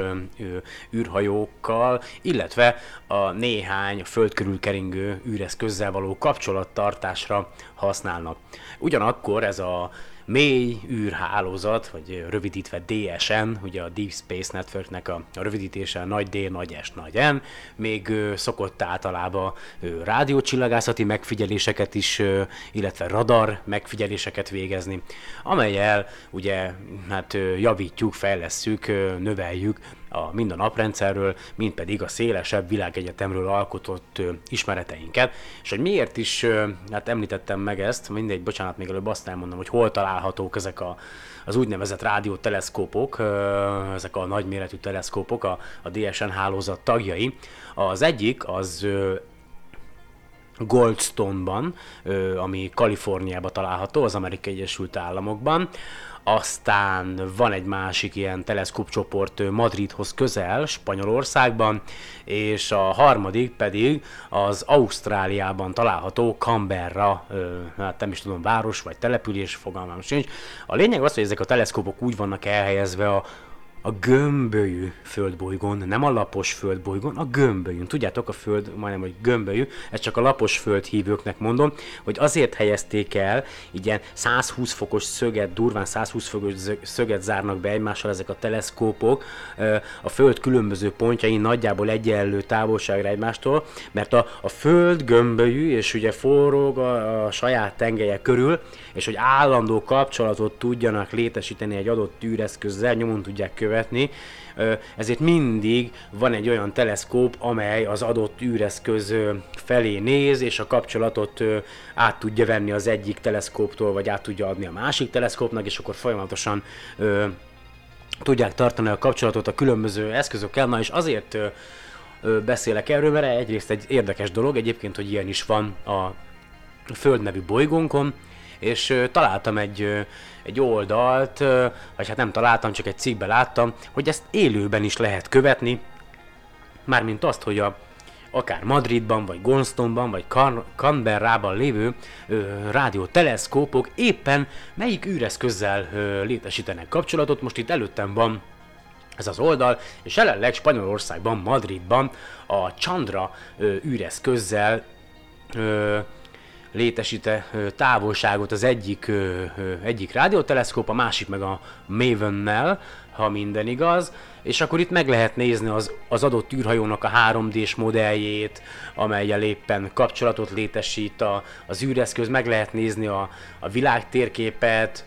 űrhajókkal, illetve a néhány föld körül keringő űreszközzel való kapcsolattartásra használnak. Ugyanakkor ez a mély űrhálózat, vagy rövidítve dé es en, ugye a Deep Space Networknek a, a rövidítése nagy D, nagy S, nagy N, még ö, szokott általában ö, rádiócsillagászati megfigyeléseket is, ö, illetve radar megfigyeléseket végezni, amellyel ugye hát ö, javítjuk, fejlesszük, ö, növeljük a mind a naprendszerről, mind pedig a szélesebb világegyetemről alkotott ö, ismereteinket. És hogy miért is, ö, hát említettem meg ezt, mindegy, bocsánat, még előbb azt elmondom, hogy hol találhatók ezek a, az úgynevezett rádióteleszkópok, ö, ezek a nagyméretű teleszkópok, a, a dé es en hálózat tagjai. Az egyik az ö, Goldstone-ban, ö, ami Kaliforniában található, az Amerikai Egyesült Államokban. Aztán van egy másik ilyen teleszkópcsoport Madridhoz közel, Spanyolországban, és a harmadik pedig az Ausztráliában található Canberra, hát nem is tudom, város vagy település, fogalmam sincs. A lényeg az, hogy ezek a teleszkópok úgy vannak elhelyezve a a gömbölyű földbolygón, nem a lapos földbolygón, a gömbölyűn. Tudjátok, a föld majdnem, hogy gömbölyű, ezt csak a lapos földhívőknek mondom, hogy azért helyezték el, így ilyen száz húsz fokos szöget, durván száz húsz fokos szöget zárnak be egymással ezek a teleszkópok a föld különböző pontjain nagyjából egyenlő távolságra egymástól, mert a, a föld gömbölyű, és ugye forog a, a saját tengelye körül, és hogy állandó kapcsolatot tudjanak létesíteni egy adott űreszközzel, nyomon tudják követni, ezért mindig van egy olyan teleszkóp, amely az adott űreszköz felé néz, és a kapcsolatot át tudja venni az egyik teleszkóptól, vagy át tudja adni a másik teleszkópnak, és akkor folyamatosan tudják tartani a kapcsolatot a különböző eszközökkel. Na és azért beszélek erről, mert egyrészt egy érdekes dolog, egyébként, hogy ilyen is van a Föld nevű bolygónkon, és uh, találtam egy, uh, egy oldalt, uh, vagy hát nem találtam, csak egy cikkben láttam, hogy ezt élőben is lehet követni, mármint azt, hogy a, akár Madridban, vagy Goldstone-ban, vagy Can- Canberrában lévő uh, rádióteleszkópok éppen melyik űreszközzel uh, létesítenek kapcsolatot. Most itt előttem van ez az oldal, és jelenleg Spanyolországban, Madridban a Chandra uh, űreszközzel uh, létesíte távolságot az egyik, ö, ö, egyik rádióteleszkóp, a másik meg a Mavennel, ha minden igaz, és akkor itt meg lehet nézni az, az adott űrhajónak a három dés modelljét, amellyel éppen kapcsolatot létesít a, az űreszköz, meg lehet nézni a, a világ térképet,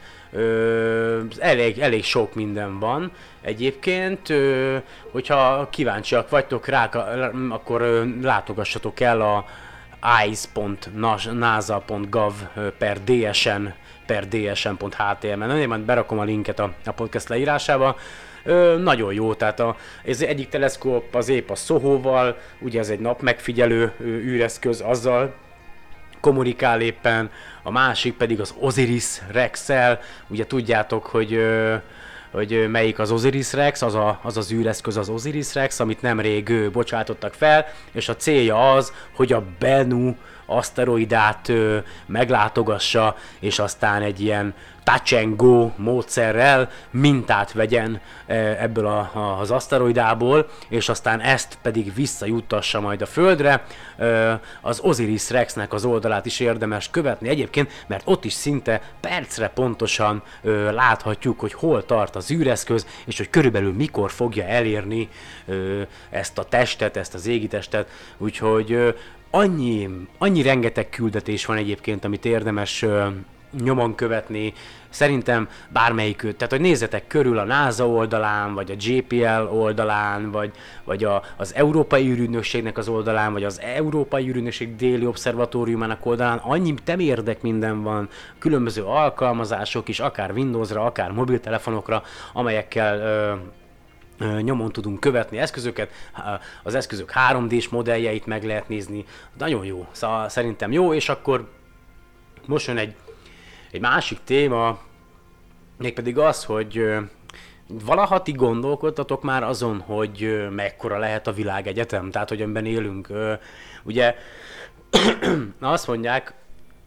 ö, elég, elég sok minden van. Egyébként, ö, hogyha kíváncsiak vagytok rá, akkor ö, látogassatok el a ice pont nasa pont gov per dsn per dsn pont html. Én majd berakom a linket a, a podcast leírásába. Ö, nagyon jó, tehát a, ez egyik teleszkóp az épp a SOHO-val, ugye ez egy napmegfigyelő űreszköz, azzal kommunikál éppen, a másik pedig az Osiris-Rex-el, ugye tudjátok, hogy ö, hogy melyik az Osiris-Rex, az, a, az az űreszköz az Osiris-Rex, amit nemrég bocsátottak fel, és a célja az, hogy a Bennu aszteroidát ö, meglátogassa, és aztán egy ilyen touch and go módszerrel mintát vegyen e, ebből a, a, az aszteroidából, és aztán ezt pedig visszajuttassa majd a Földre. E, az Osiris-Rexnek az oldalát is érdemes követni egyébként, mert ott is szinte percre pontosan e, láthatjuk, hogy hol tart az űreszköz, és hogy körülbelül mikor fogja elérni e, ezt a testet, ezt az égitestet, úgyhogy e, annyi, annyi rengeteg küldetés van egyébként, amit érdemes e, nyomon követni, szerintem bármelyik, tehát hogy nézzetek körül a NASA oldalán, vagy a J P L oldalán, vagy, vagy a, az Európai űrügynökségnek az oldalán, vagy az Európai űrügynökség déli obszervatóriumának oldalán, annyi temérdek minden van, különböző alkalmazások is, akár Windowsra, akár mobiltelefonokra, amelyekkel ö, ö, nyomon tudunk követni eszközöket, az eszközök három dés modelljeit meg lehet nézni, nagyon jó, szóval szerintem jó, és akkor most jön egy Egy másik téma, mégpedig az, hogy ö, valaha ti gondolkodtatok már azon, hogy ö, mekkora lehet a világegyetem, tehát hogy amiben élünk. Ö, ugye azt mondják,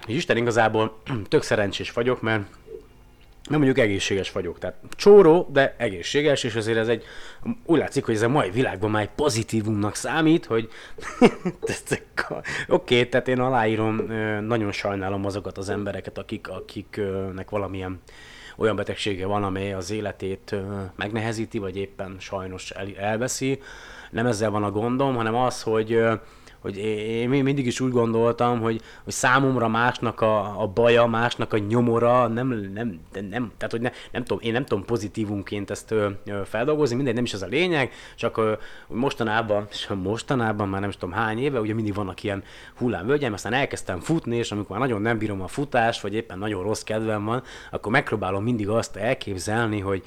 és Isten igazából tök szerencsés vagyok, mert nem mondjuk egészséges vagyok, tehát csóró, de egészséges, és azért ez egy, úgy látszik, hogy ez a mai világban már egy pozitívumnak számít, hogy oké, okay, tehát én aláírom, nagyon sajnálom azokat az embereket, akik, akiknek valamilyen olyan betegsége van, amely az életét megnehezíti, vagy éppen sajnos el, elveszi. Nem ezzel van a gondom, hanem az, hogy hogy én mindig is úgy gondoltam, hogy, hogy számomra másnak a, a baja, másnak a nyomora, nem, nem, nem, tehát hogy ne, nem tudom, én nem tudom pozitívumként ezt ö, ö, feldolgozni, mindegy, nem is ez a lényeg, csak ö, mostanában, mostanában már nem is tudom hány éve, ugye mindig vannak ilyen hullámvölgyeim, aztán elkezdtem futni, és amikor már nagyon nem bírom a futást, vagy éppen nagyon rossz kedvem van, akkor megpróbálom mindig azt elképzelni, hogy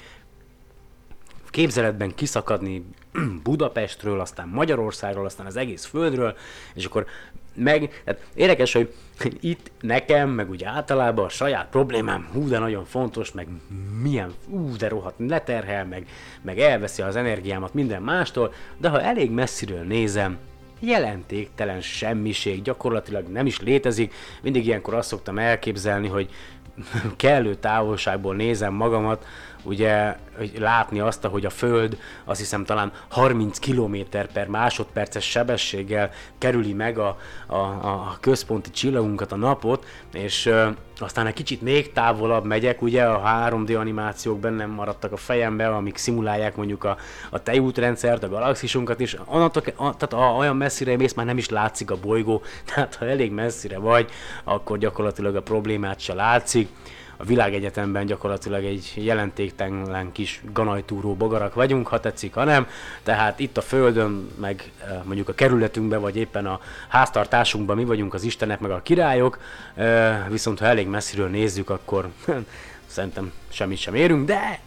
képzeletben kiszakadni Budapestről, aztán Magyarországról, aztán az egész földről, és akkor meg, tehát érdekes, hogy itt nekem, meg úgy általában a saját problémám, hú, de nagyon fontos, meg milyen, hú, de rohadt leterhel, meg, meg elveszi az energiámat minden mástól, de ha elég messziről nézem, jelentéktelen semmiség, gyakorlatilag nem is létezik, mindig ilyenkor azt szoktam elképzelni, hogy kellő távolságból nézem magamat, ugye, hogy látni azt, hogy a Föld azt hiszem talán harminc kilométer per másodperces sebességgel kerüli meg a, a, a központi csillagunkat, a napot, és ö, aztán egy kicsit még távolabb megyek, ugye a három dé animációk bennem maradtak a fejembe, amik szimulálják mondjuk a, a tejútrendszert, a galaxisunkat is, annatok, a, tehát a, olyan messzire mész, már nem is látszik a bolygó, tehát ha elég messzire vagy, akkor gyakorlatilag a problémát se látszik. A világegyetemben gyakorlatilag egy jelentéktelen kis ganajtúró bogarak vagyunk, ha tetszik, ha nem. Tehát itt a Földön, meg mondjuk a kerületünkben, vagy éppen a háztartásunkban mi vagyunk az istenek, meg a királyok, viszont ha elég messziről nézzük, akkor szerintem semmit sem érünk, de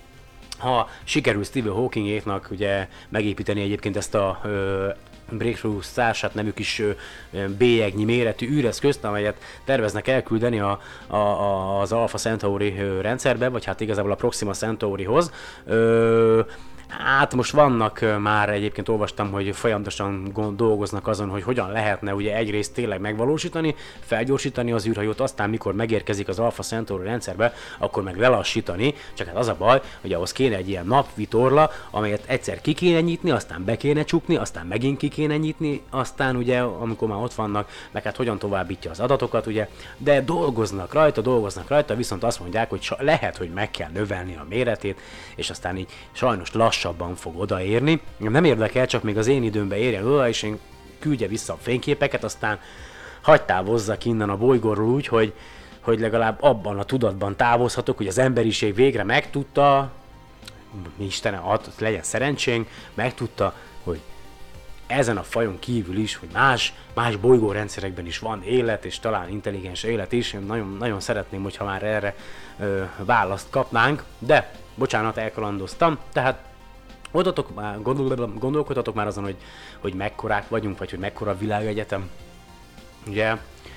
ha sikerül Stephen Hawkingéknak ugye megépíteni egyébként ezt a Breakthrough Starship nevű kis bélyegnyi méretű űreszközt, amelyet terveznek elküldeni a, a, a, az Alpha Centauri rendszerbe, vagy hát igazából a Proxima Centaurihoz. Ö, Hát most vannak már, egyébként olvastam, hogy folyamatosan dolgoznak azon, hogy hogyan lehetne ugye egyrészt tényleg megvalósítani, felgyorsítani az űrhajót, aztán mikor megérkezik az Alpha Centauri rendszerbe, akkor meg lelassítani, csak hát az a baj, hogy ahhoz kéne egy ilyen napvitorla, amelyet egyszer ki kéne nyitni, aztán be kéne csukni, aztán megint ki kéne nyitni, aztán ugye, amikor már ott vannak, meg hát hogyan továbbítja az adatokat, ugye, de dolgoznak rajta, dolgoznak rajta, viszont azt mondják, hogy lehet, hogy meg kell növelni a méretét, és aztán így sajnos lassabban fog odaérni. Nem érdekel, csak még az én időmben érjen oda, és én küldje vissza a fényképeket, aztán hagy távozzak innen a bolygóról úgy, hogy, hogy legalább abban a tudatban távozhatok, hogy az emberiség végre megtudta, Isten ad, legyen szerencsénk, megtudta, hogy ezen a fajon kívül is, hogy más, más bolygórendszerekben is van élet, és talán intelligens élet is. Én nagyon, nagyon szeretném, hogyha már erre ö, választ kapnánk, de bocsánat, elkalandoztam, tehát Gondoltok már, gondol, gondolkodhatok már azon, hogy, hogy mekkorák vagyunk, vagy hogy mekkora a világegyetem. Ugye,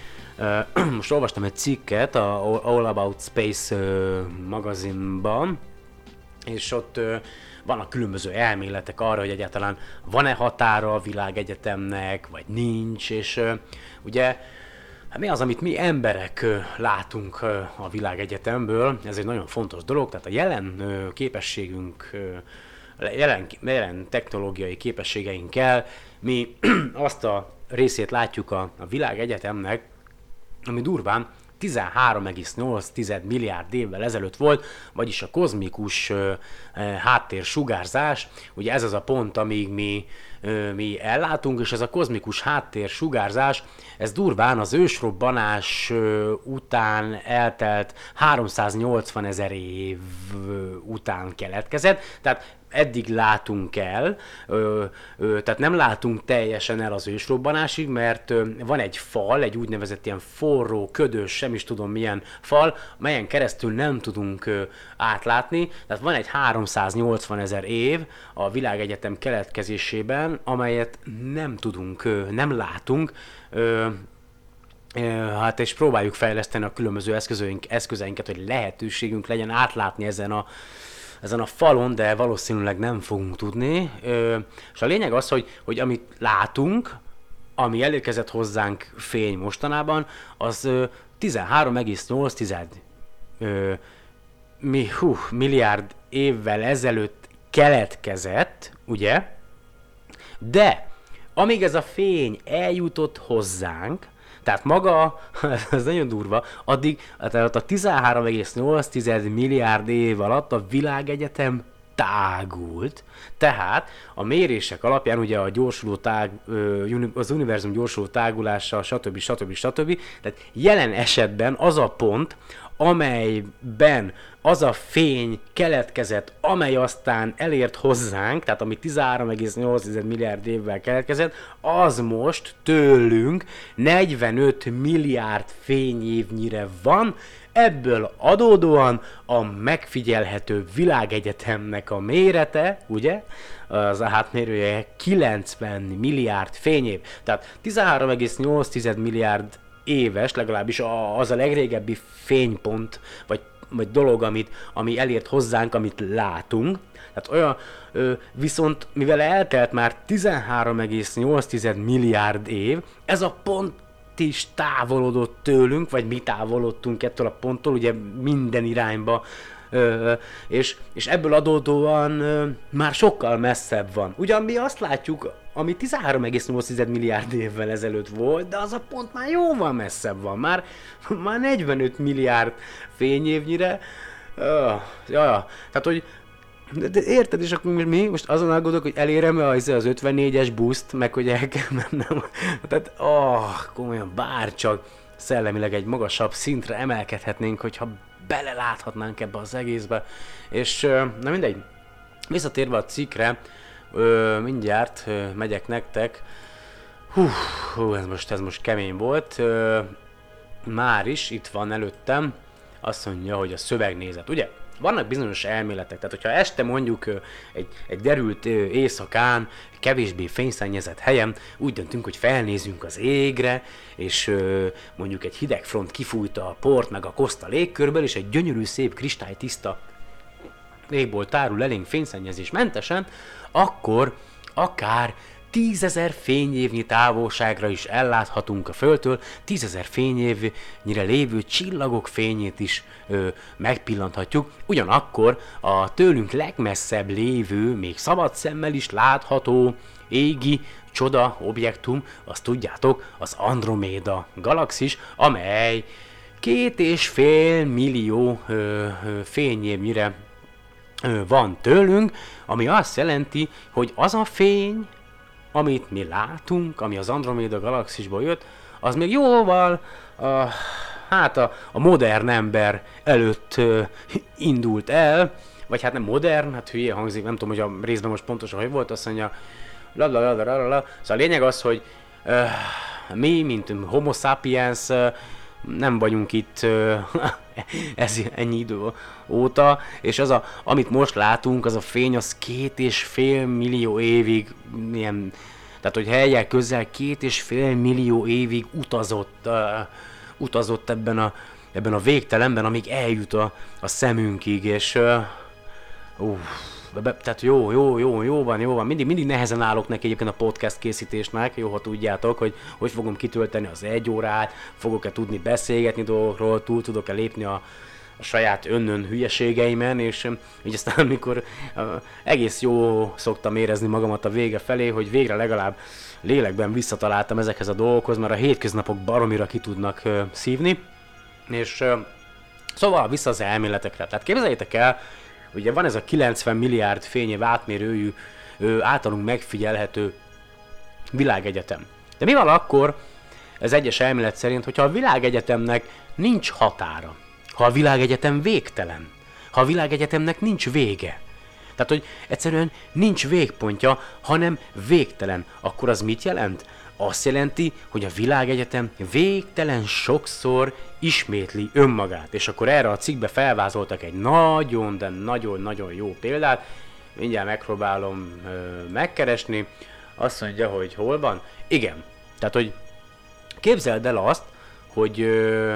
uh, most olvastam egy cikket a All About Space uh, magazinban, és ott uh, vannak különböző elméletek arra, hogy egyáltalán van-e határa a világegyetemnek, vagy nincs, és uh, ugye mi az, amit mi emberek uh, látunk uh, a világegyetemből, ez egy nagyon fontos dolog, tehát a jelen uh, képességünk, uh, Jelen, jelen technológiai képességeinkkel mi azt a részét látjuk a, a világegyetemnek, ami durván tizenhárom egész nyolc milliárd évvel ezelőtt volt, vagyis a kozmikus uh, háttérsugárzás. Ugye ez az a pont, amíg mi, uh, mi ellátunk, és ez a kozmikus háttérsugárzás, ez durván az ősrobbanás uh, után eltelt háromszáznyolcvanezer év uh, után keletkezett, tehát eddig látunk el, ö, ö, tehát nem látunk teljesen el az ősrobbanásig, mert ö, van egy fal, egy úgynevezett ilyen forró, ködös, sem is tudom milyen fal, melyen keresztül nem tudunk ö, átlátni, tehát van egy háromszáznyolcvanezer év a világegyetem keletkezésében, amelyet nem tudunk, ö, nem látunk, ö, Hát és próbáljuk fejleszteni a különböző eszközöink, eszközeinket, hogy lehetőségünk legyen átlátni ezen a ezen a falon, de valószínűleg nem fogunk tudni. Ö, és a lényeg az, hogy, hogy amit látunk, ami elérkezett hozzánk fény mostanában, az ö, tizenhárom egész nyolc mi, hú, milliárd évvel ezelőtt keletkezett, ugye? De amíg ez a fény eljutott hozzánk, tehát maga, ez nagyon durva, addig, tehát a tizenhárom egész nyolc milliárd év alatt a világegyetem tágult, tehát a mérések alapján ugye a gyorsuló tág, az univerzum gyorsuló tágulása, stb. stb. stb. Tehát jelen esetben az a pont, amelyben az a fény keletkezett, amely aztán elért hozzánk, tehát ami tizenhárom egész nyolc milliárd évvel keletkezett, az most tőlünk negyvenöt milliárd fényévnyire van, ebből adódóan a megfigyelhető világegyetemnek a mérete, ugye, az átmérője kilencven milliárd fényév. Tehát tizenhárom egész nyolc milliárd éves, legalábbis az a legrégebbi fénypont, vagy, vagy dolog, amit, ami elért hozzánk, amit látunk. Tehát olyan, ö, viszont mivel eltelt már tizenhárom egész nyolc milliárd év, ez a pont is távolodott tőlünk, vagy mi távolodtunk ettől a ponttól, ugye minden irányba, ö, és, és ebből adódóan ö, már sokkal messzebb van. Ugyan mi azt látjuk, ami tizenhárom egész nyolc milliárd évvel ezelőtt volt, de az a pont már jóval messzebb van, már, már negyvenöt milliárd fényévnyire, ö, ja, tehát hogy De, de érted, és akkor mi most azon aggódok, hogy elérem-e az, az ötvennégyes buszt, meg hogy el kell mennem. Tehát, oh, komolyan, bárcsak szellemileg egy magasabb szintre emelkedhetnénk, hogyha beleláthatnánk ebbe az egészbe. És, na mindegy, visszatérve a cikkre, mindjárt megyek nektek. Hú, hú ez, most, ez most kemény volt. Már is itt van előttem, azt mondja, hogy a szövegnézet, ugye? Vannak bizonyos elméletek, tehát hogyha este mondjuk egy, egy derült éjszakán, kevésbé fényszennyezett helyen úgy döntünk, hogy felnézünk az égre, és mondjuk egy hideg front kifújta a port meg a koszt a légkörből, és egy gyönyörű, szép, kristálytiszta égból tárul elénk fényszennyezés mentesen, akkor akár tízezer fényévnyi távolságra is elláthatunk a Földtől, tízezer fényévnyire lévő csillagok fényét is ö, megpillanthatjuk. Ugyanakkor a tőlünk legmesszebb lévő, még szabad szemmel is látható égi csoda objektum, azt tudjátok, az Androméda galaxis, amely két és fél millió ö, ö, fényévnyire ö, van tőlünk, ami azt jelenti, hogy az a fény, amit mi látunk, ami az Androméda galaxisból jött, az még jóval a, hát a, a modern ember előtt uh, indult el, vagy hát nem modern, hát hülye hangzik, nem tudom, hogy a részben most pontosan hogy volt, azt mondja, ladladladladladla. Szóval a lényeg az, hogy uh, mi, mint homo sapiens, uh, nem vagyunk itt uh, ez ennyi idő óta, és az a, amit most látunk, az a fény, az két és fél millió évig ilyen, tehát hogy helyek közel két és fél millió évig utazott, uh, utazott ebben a, ebben a végtelenben, amíg eljut a, a szemünkig, és uh, uh, be, tehát jó, jó, jó, jó van, jó van, mindig, mindig nehezen állok neki egyébként a podcast készítésnek, jó, ha tudjátok, hogy hogy fogom kitölteni az egy órát, fogok-e tudni beszélgetni dolgokról, túl tudok-e lépni a, a saját önnön hülyeségeimen, és így aztán amikor uh, egész jó szoktam érezni magamat a vége felé, hogy végre legalább lélekben visszataláltam ezekhez a dolgokhoz, mert a hétköznapok baromira ki tudnak uh, szívni, és uh, szóval vissza az elméletekre. Tehát képzeljétek el, ugye van ez a kilencven milliárd fényév átmérőjű, ö, általunk megfigyelhető világegyetem. De mi van akkor, ez egyes elmélet szerint, hogyha a világegyetemnek nincs határa, ha a világegyetem végtelen, ha a világegyetemnek nincs vége, tehát hogy egyszerűen nincs végpontja, hanem végtelen, akkor az mit jelent? Azt jelenti, hogy a világegyetem végtelen sokszor ismétli önmagát. És akkor erre a cikkbe felvázoltak egy nagyon, de nagyon-nagyon jó példát. Mindjárt megpróbálom ö, megkeresni. Azt mondja, hogy hol van? Igen. Tehát, hogy képzeld el azt, hogy... Ö,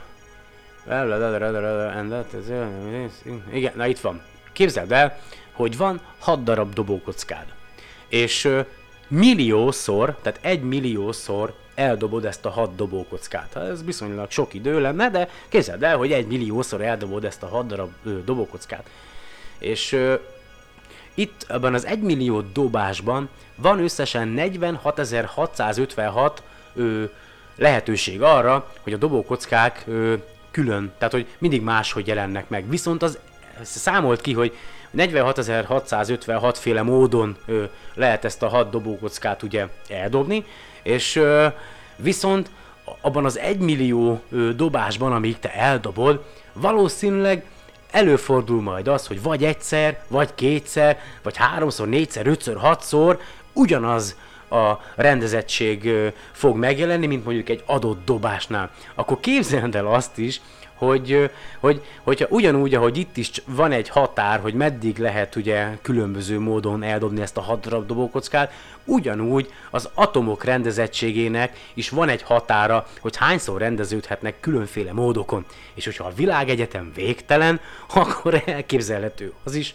igen, na itt van. Képzeld el, hogy van hat darab dobókockád. És... Ö, milliószor, tehát egy milliószor eldobod ezt a hat dobókockát. Ez viszonylag sok idő lenne, de képzeld el, hogy egy milliószor eldobod ezt a hat darab ö, dobókockát. És ö, itt ebben az egy millió dobásban van összesen negyvenhatezer-hatszázötvenhat ö, lehetőség arra, hogy a dobókockák ö, külön, tehát hogy mindig máshogy jelennek meg. Viszont az számolt ki, hogy negyvenhatezer-hatszázötvenhat féle módon ö, lehet ezt a hat dobókockát ugye eldobni, és ö, viszont abban az egy millió ö, dobásban, amíg te eldobod, valószínűleg előfordul majd az, hogy vagy egyszer, vagy kétszer, vagy háromszor, négyszer, ötször, hatszor ugyanaz a rendezettség ö, fog megjelenni, mint mondjuk egy adott dobásnál. Akkor képzeld el azt is, hogy, hogy, hogyha ugyanúgy, ahogy itt is van egy határ, hogy meddig lehet ugye különböző módon eldobni ezt a hat darab dobókockát, ugyanúgy az atomok rendezettségének is van egy határa, hogy hányszor rendeződhetnek különféle módokon. És hogyha a világegyetem végtelen, akkor elképzelhető az is,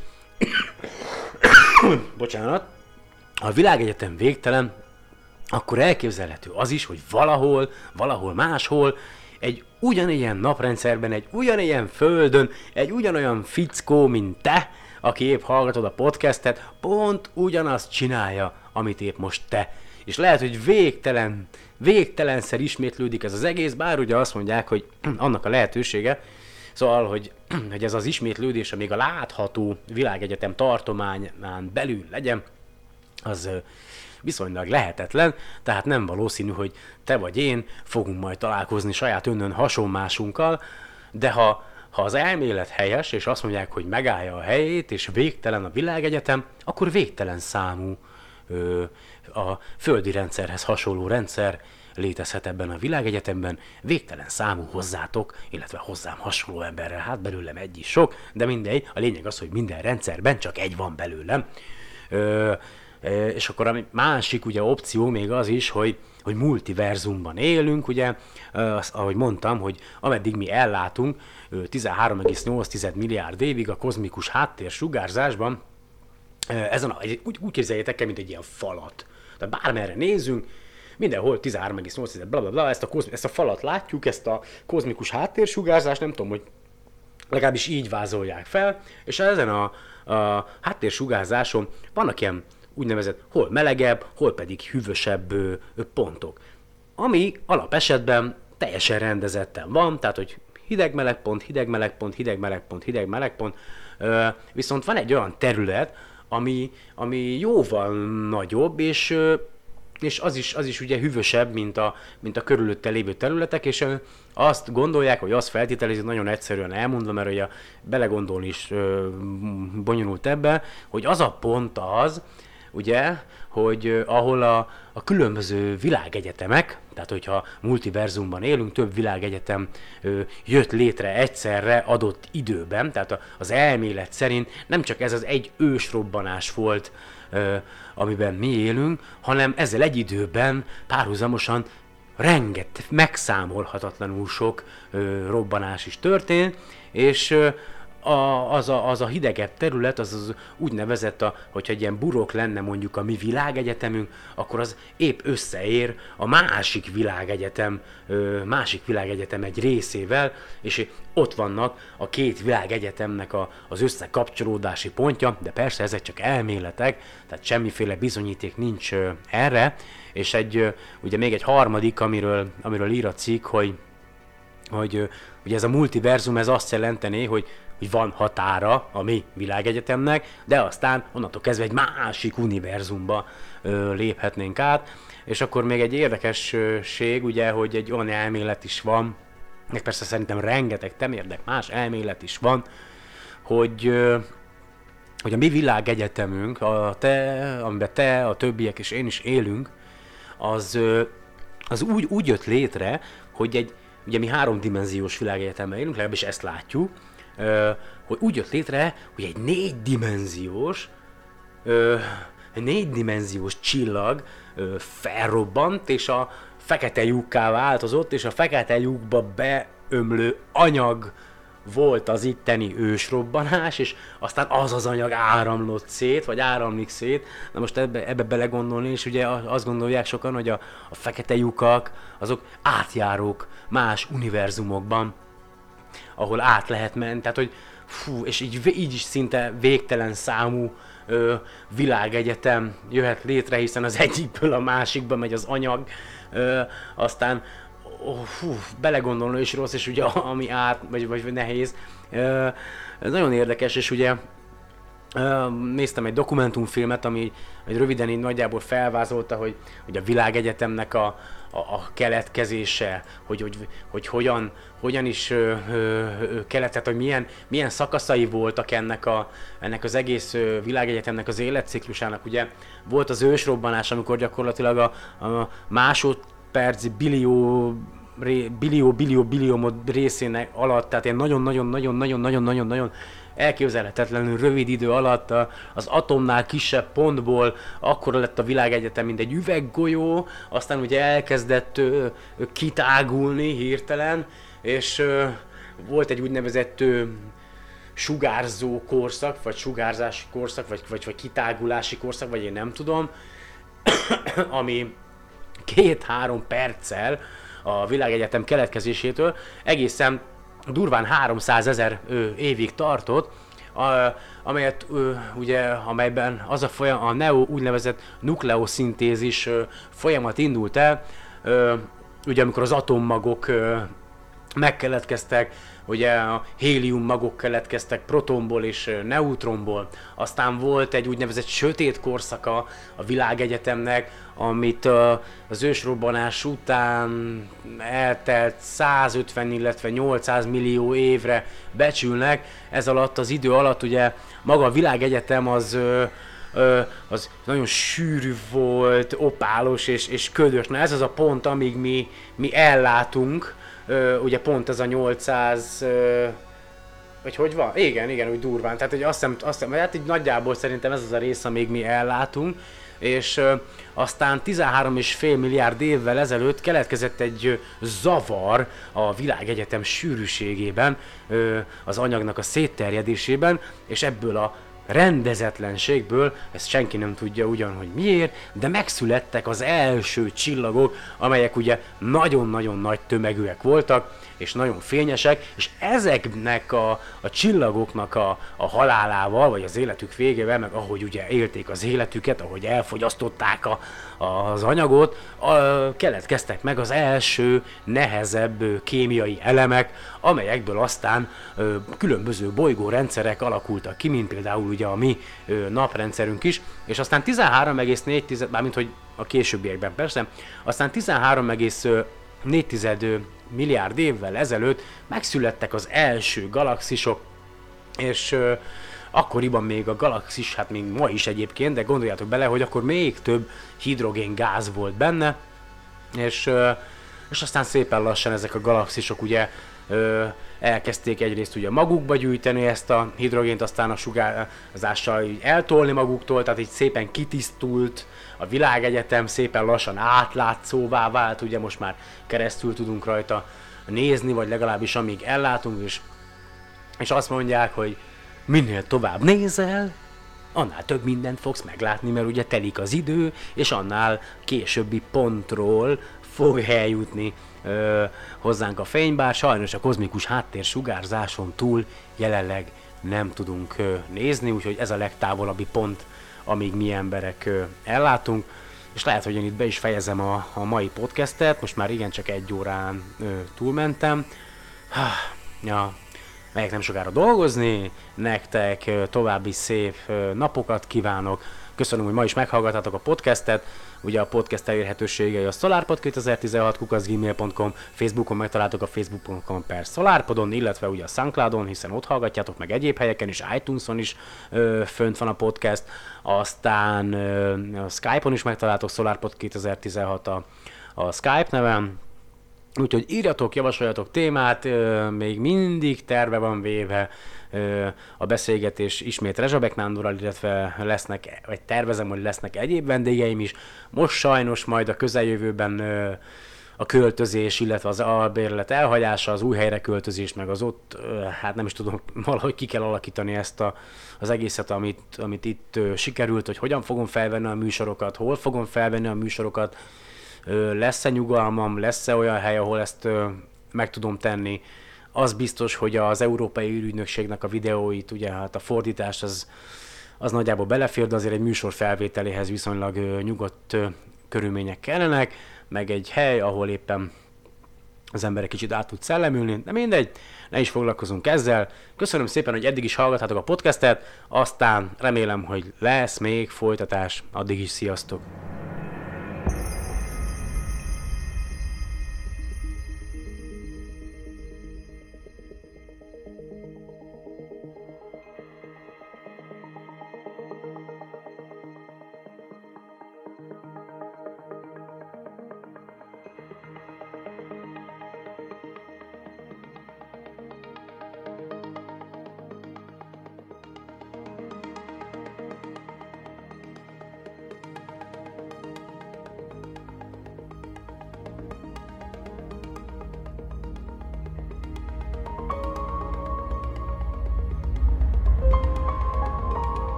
bocsánat, ha a világegyetem végtelen, akkor elképzelhető az is, hogy valahol, valahol máshol, egy ugyanilyen naprendszerben, egy ugyanilyen földön, egy ugyanolyan fickó, mint te, aki épp hallgatod a podcastet, pont ugyanazt csinálja, amit épp most te. És lehet, hogy végtelen, végtelenszer ismétlődik ez az egész, bár ugye azt mondják, hogy annak a lehetősége, szóval, hogy, hogy ez az ismétlődés, amíg a látható világegyetem tartományán belül legyen, az viszonylag lehetetlen, tehát nem valószínű, hogy te vagy én fogunk majd találkozni saját önnön hasonmásunkkal, de ha, ha az elmélet helyes, és azt mondják, hogy megállja a helyét, és végtelen a világegyetem, akkor végtelen számú ö, a földi rendszerhez hasonló rendszer létezhet ebben a világegyetemben, végtelen számú hozzátok, illetve hozzám hasonló emberrel, hát belőlem egy is sok, de mindegy, a lényeg az, hogy minden rendszerben csak egy van belőlem. Ö, És akkor a másik ugye opció még az is, hogy, hogy multiverzumban élünk, ugye, azt, ahogy mondtam, hogy ameddig mi ellátunk tizenhárom egész nyolc milliárd évig a kozmikus háttérsugárzásban, ezen a, úgy, úgy képzeljétek el, mint egy ilyen falat. Tehát bármerre nézünk, mindenhol tizenhárom egész nyolc bla bla bla, ezt a, kozmi, ezt a falat látjuk, ezt a kozmikus háttérsugárzást, nem tudom, hogy legalábbis így vázolják fel, és ezen a, a háttérsugárzáson vannak ilyen úgynevezett hol melegebb, hol pedig hűvösebb ö, ö, pontok. Ami alapesetben teljesen rendezetten van, tehát hogy hideg-meleg pont, hideg-meleg pont, hideg-meleg pont, hideg-meleg pont, ö, viszont van egy olyan terület, ami, ami jóval nagyobb, és, ö, és az, is, az is ugye hűvösebb, mint a, mint a körülötte lévő területek, és ö, azt gondolják, hogy azt feltételezik, nagyon egyszerűen elmondva, mert ugye belegondolni is ö, bonyolult ebbe, hogy az a pont az, ugye, hogy uh, ahol a, a különböző világegyetemek, tehát hogyha multiverzumban élünk, több világegyetem uh, jött létre egyszerre adott időben, tehát a, az elmélet szerint nem csak ez az egy ősrobbanás volt, uh, amiben mi élünk, hanem ezzel egy időben párhuzamosan rengeteg, megszámolhatatlanul sok uh, robbanás is történt, és uh, A, az, a, az a hidegebb terület, az, az úgynevezett, a, hogyha egy ilyen burok lenne mondjuk a mi világegyetemünk, akkor az épp összeér a másik világegyetem, ö, másik világegyetem egy részével, és ott vannak a két világegyetemnek a, az összekapcsolódási pontja, de persze ezek csak elméletek, tehát semmiféle bizonyíték nincs ö, erre, és egy, ö, ugye még egy harmadik, amiről, amiről ír a cikk, hogy, hogy ö, ugye ez a multiverzum, ez azt jelenteni, hogy hogy van határa a mi világegyetemnek, de aztán onnantól kezdve egy másik univerzumba ö, léphetnénk át, és akkor még egy érdekesség, ugye, hogy egy olyan elmélet is van, meg persze szerintem rengeteg temérdek más elmélet is van, hogy, ö, hogy a mi világegyetemünk, a te, amiben te, a többiek és én is élünk, az, ö, az úgy, úgy jött létre, hogy egy, ugye mi háromdimenziós világegyetemben élünk, legalábbis ezt látjuk, Uh, hogy úgy jött létre, hogy egy négydimenziós, uh, egy négydimenziós csillag uh, felrobbant, és a fekete lyukká változott, és a fekete lyukba beömlő anyag volt az itteni ősrobbanás, és aztán az az anyag áramlott szét, vagy áramlik szét. Na most ebbe, ebbe belegondolni, és ugye azt gondolják sokan, hogy a, a fekete lyukak, azok átjárók más univerzumokban, ahol át lehet menni, tehát hogy fú, és így, így is szinte végtelen számú ö, világegyetem jöhet létre, hiszen az egyikből a másikba megy az anyag, ö, aztán oh, fú, belegondolni is rossz, és ugye ami át, vagy, vagy nehéz. Ö, ez nagyon érdekes, és ugye ö, néztem egy dokumentumfilmet, ami egy röviden így nagyjából felvázolta, hogy, hogy a világegyetemnek a, a, a keletkezése, hogy, hogy, hogy hogyan, hogyan is ö, ö, keletett, hogy milyen, milyen szakaszai voltak ennek, a, ennek az egész ö, világegyetemnek az életciklusának. Ugye volt az ősrobbanás, amikor gyakorlatilag a, a másodperc billió billió, billió, billió részének alatt, tehát ilyen nagyon-nagyon-nagyon-nagyon-nagyon-nagyon-nagyon elképzelhetetlenül rövid idő alatt az atomnál kisebb pontból akkora lett a világegyetem, mint egy üveggolyó, aztán ugye elkezdett ö, ö, kitágulni hirtelen, és ö, volt egy úgynevezett ö, sugárzó korszak, vagy sugárzási korszak, vagy, vagy, vagy kitágulási korszak, vagy én nem tudom, ami két-három perccel a világegyetem keletkezésétől egészen durván háromszázezer évig tartott, a, amelyet ö, ugye, amelyben az a folyam, a neo úgynevezett nukleoszintézis ö, folyamat indult el, ö, ugye amikor az atommagok ö, megkeletkeztek, ugye a héliummagok keletkeztek protonból és neutronból, aztán volt egy úgynevezett sötét korszaka a világegyetemnek, amit uh, az ősrobbanás után eltelt százötven, illetve nyolcszáz millió évre becsülnek. Ez alatt az idő alatt ugye maga a világegyetem az, uh, uh, az nagyon sűrű volt, opálos és, és ködös. Na ez az a pont, amíg mi, mi ellátunk, uh, ugye pont ez a nyolcszáz... Uh, vagy hogy van? Igen, igen, úgy durván. Tehát hogy azt hiszem, azt hiszem, hát így nagyjából szerintem ez az a rész, amíg mi ellátunk. És ö, aztán tizenhárom egész öt milliárd évvel ezelőtt keletkezett egy ö, zavar a világegyetem sűrűségében, ö, az anyagnak a szétterjedésében, és ebből a rendezetlenségből, ezt senki nem tudja ugyan, hogy miért, de megszülettek az első csillagok, amelyek ugye nagyon-nagyon nagy tömegűek voltak, és nagyon fényesek, és ezeknek a, a csillagoknak a, a halálával, vagy az életük végével, meg ahogy ugye élték az életüket, ahogy elfogyasztották a, az anyagot, a, keletkeztek meg az első nehezebb kémiai elemek, amelyekből aztán ö, különböző bolygórendszerek alakultak ki, mint például ugye a mi ö, naprendszerünk is, és aztán tizenhárom egész négy, mármint hogy a későbbiekben persze, aztán tizenhárom egész négy milliárd évvel ezelőtt megszülettek az első galaxisok, és ö, akkoriban még a galaxis, hát még ma is egyébként, de gondoljátok bele, hogy akkor még több hidrogéngáz volt benne, és, ö, és aztán szépen lassan ezek a galaxisok ugye ö, elkezdték egyrészt ugye magukba gyűjteni ezt a hidrogént, aztán a sugárzással így eltolni maguktól, tehát így szépen kitisztult a világegyetem, szépen lassan átlátszóvá vált, ugye most már keresztül tudunk rajta nézni, vagy legalábbis amíg ellátunk, és, és azt mondják, hogy minél tovább nézel, annál több mindent fogsz meglátni, mert ugye telik az idő, és annál későbbi pontról fog eljutni ö, hozzánk a fény, bár sajnos a kozmikus háttérsugárzáson túl jelenleg nem tudunk ö, nézni, úgyhogy ez a legtávolabbi pont, amíg mi emberek ö, ellátunk, és lehet, hogy én itt be is fejezem a, a mai podcastet, most már igencsak egy órán ö, túlmentem, ha, ja, megyek nem sokára dolgozni, nektek ö, további szép ö, napokat kívánok, köszönöm, hogy ma is meghallgattátok a podcastet. Ugye a podcast elérhetőségei a solarpod kétezer-tizenhat kukac gmail pont com, Facebookon megtaláltok a facebook pont com per solarpodon, illetve ugye a Soundcloudon, hiszen ott hallgatjátok meg egyéb helyeken is, iTuneson is ö, fönt van a podcast, aztán ö, a Skype-on is megtaláltok solarpod kétezer-tizenhat a, a Skype nevem. Úgyhogy írjatok, javasoljatok témát, ö, még mindig terve van véve ö, a beszélgetés ismét Rezsabek Nándorral, illetve lesznek, vagy tervezem, hogy lesznek egyéb vendégeim is. Most sajnos majd a közeljövőben ö, a költözés, illetve az albérlet elhagyása, az új helyre költözés, meg az ott, hát nem is tudom, valahogy ki kell alakítani ezt a, az egészet, amit, amit itt sikerült, hogy hogyan fogom felvenni a műsorokat, hol fogom felvenni a műsorokat, lesz-e nyugalmam, lesz-e olyan hely, ahol ezt meg tudom tenni. Az biztos, hogy az Európai űrügynökségnek a videóit, ugye hát a fordítás az, az nagyjából belefér, de azért egy műsor felvételéhez viszonylag nyugodt körülmények kellenek, meg egy hely, ahol éppen az ember egy kicsit át tud szellemülni, de mindegy, ne is foglalkozunk ezzel. Köszönöm szépen, hogy eddig is hallgattátok a podcastet, aztán remélem, hogy lesz még folytatás, addig is sziasztok!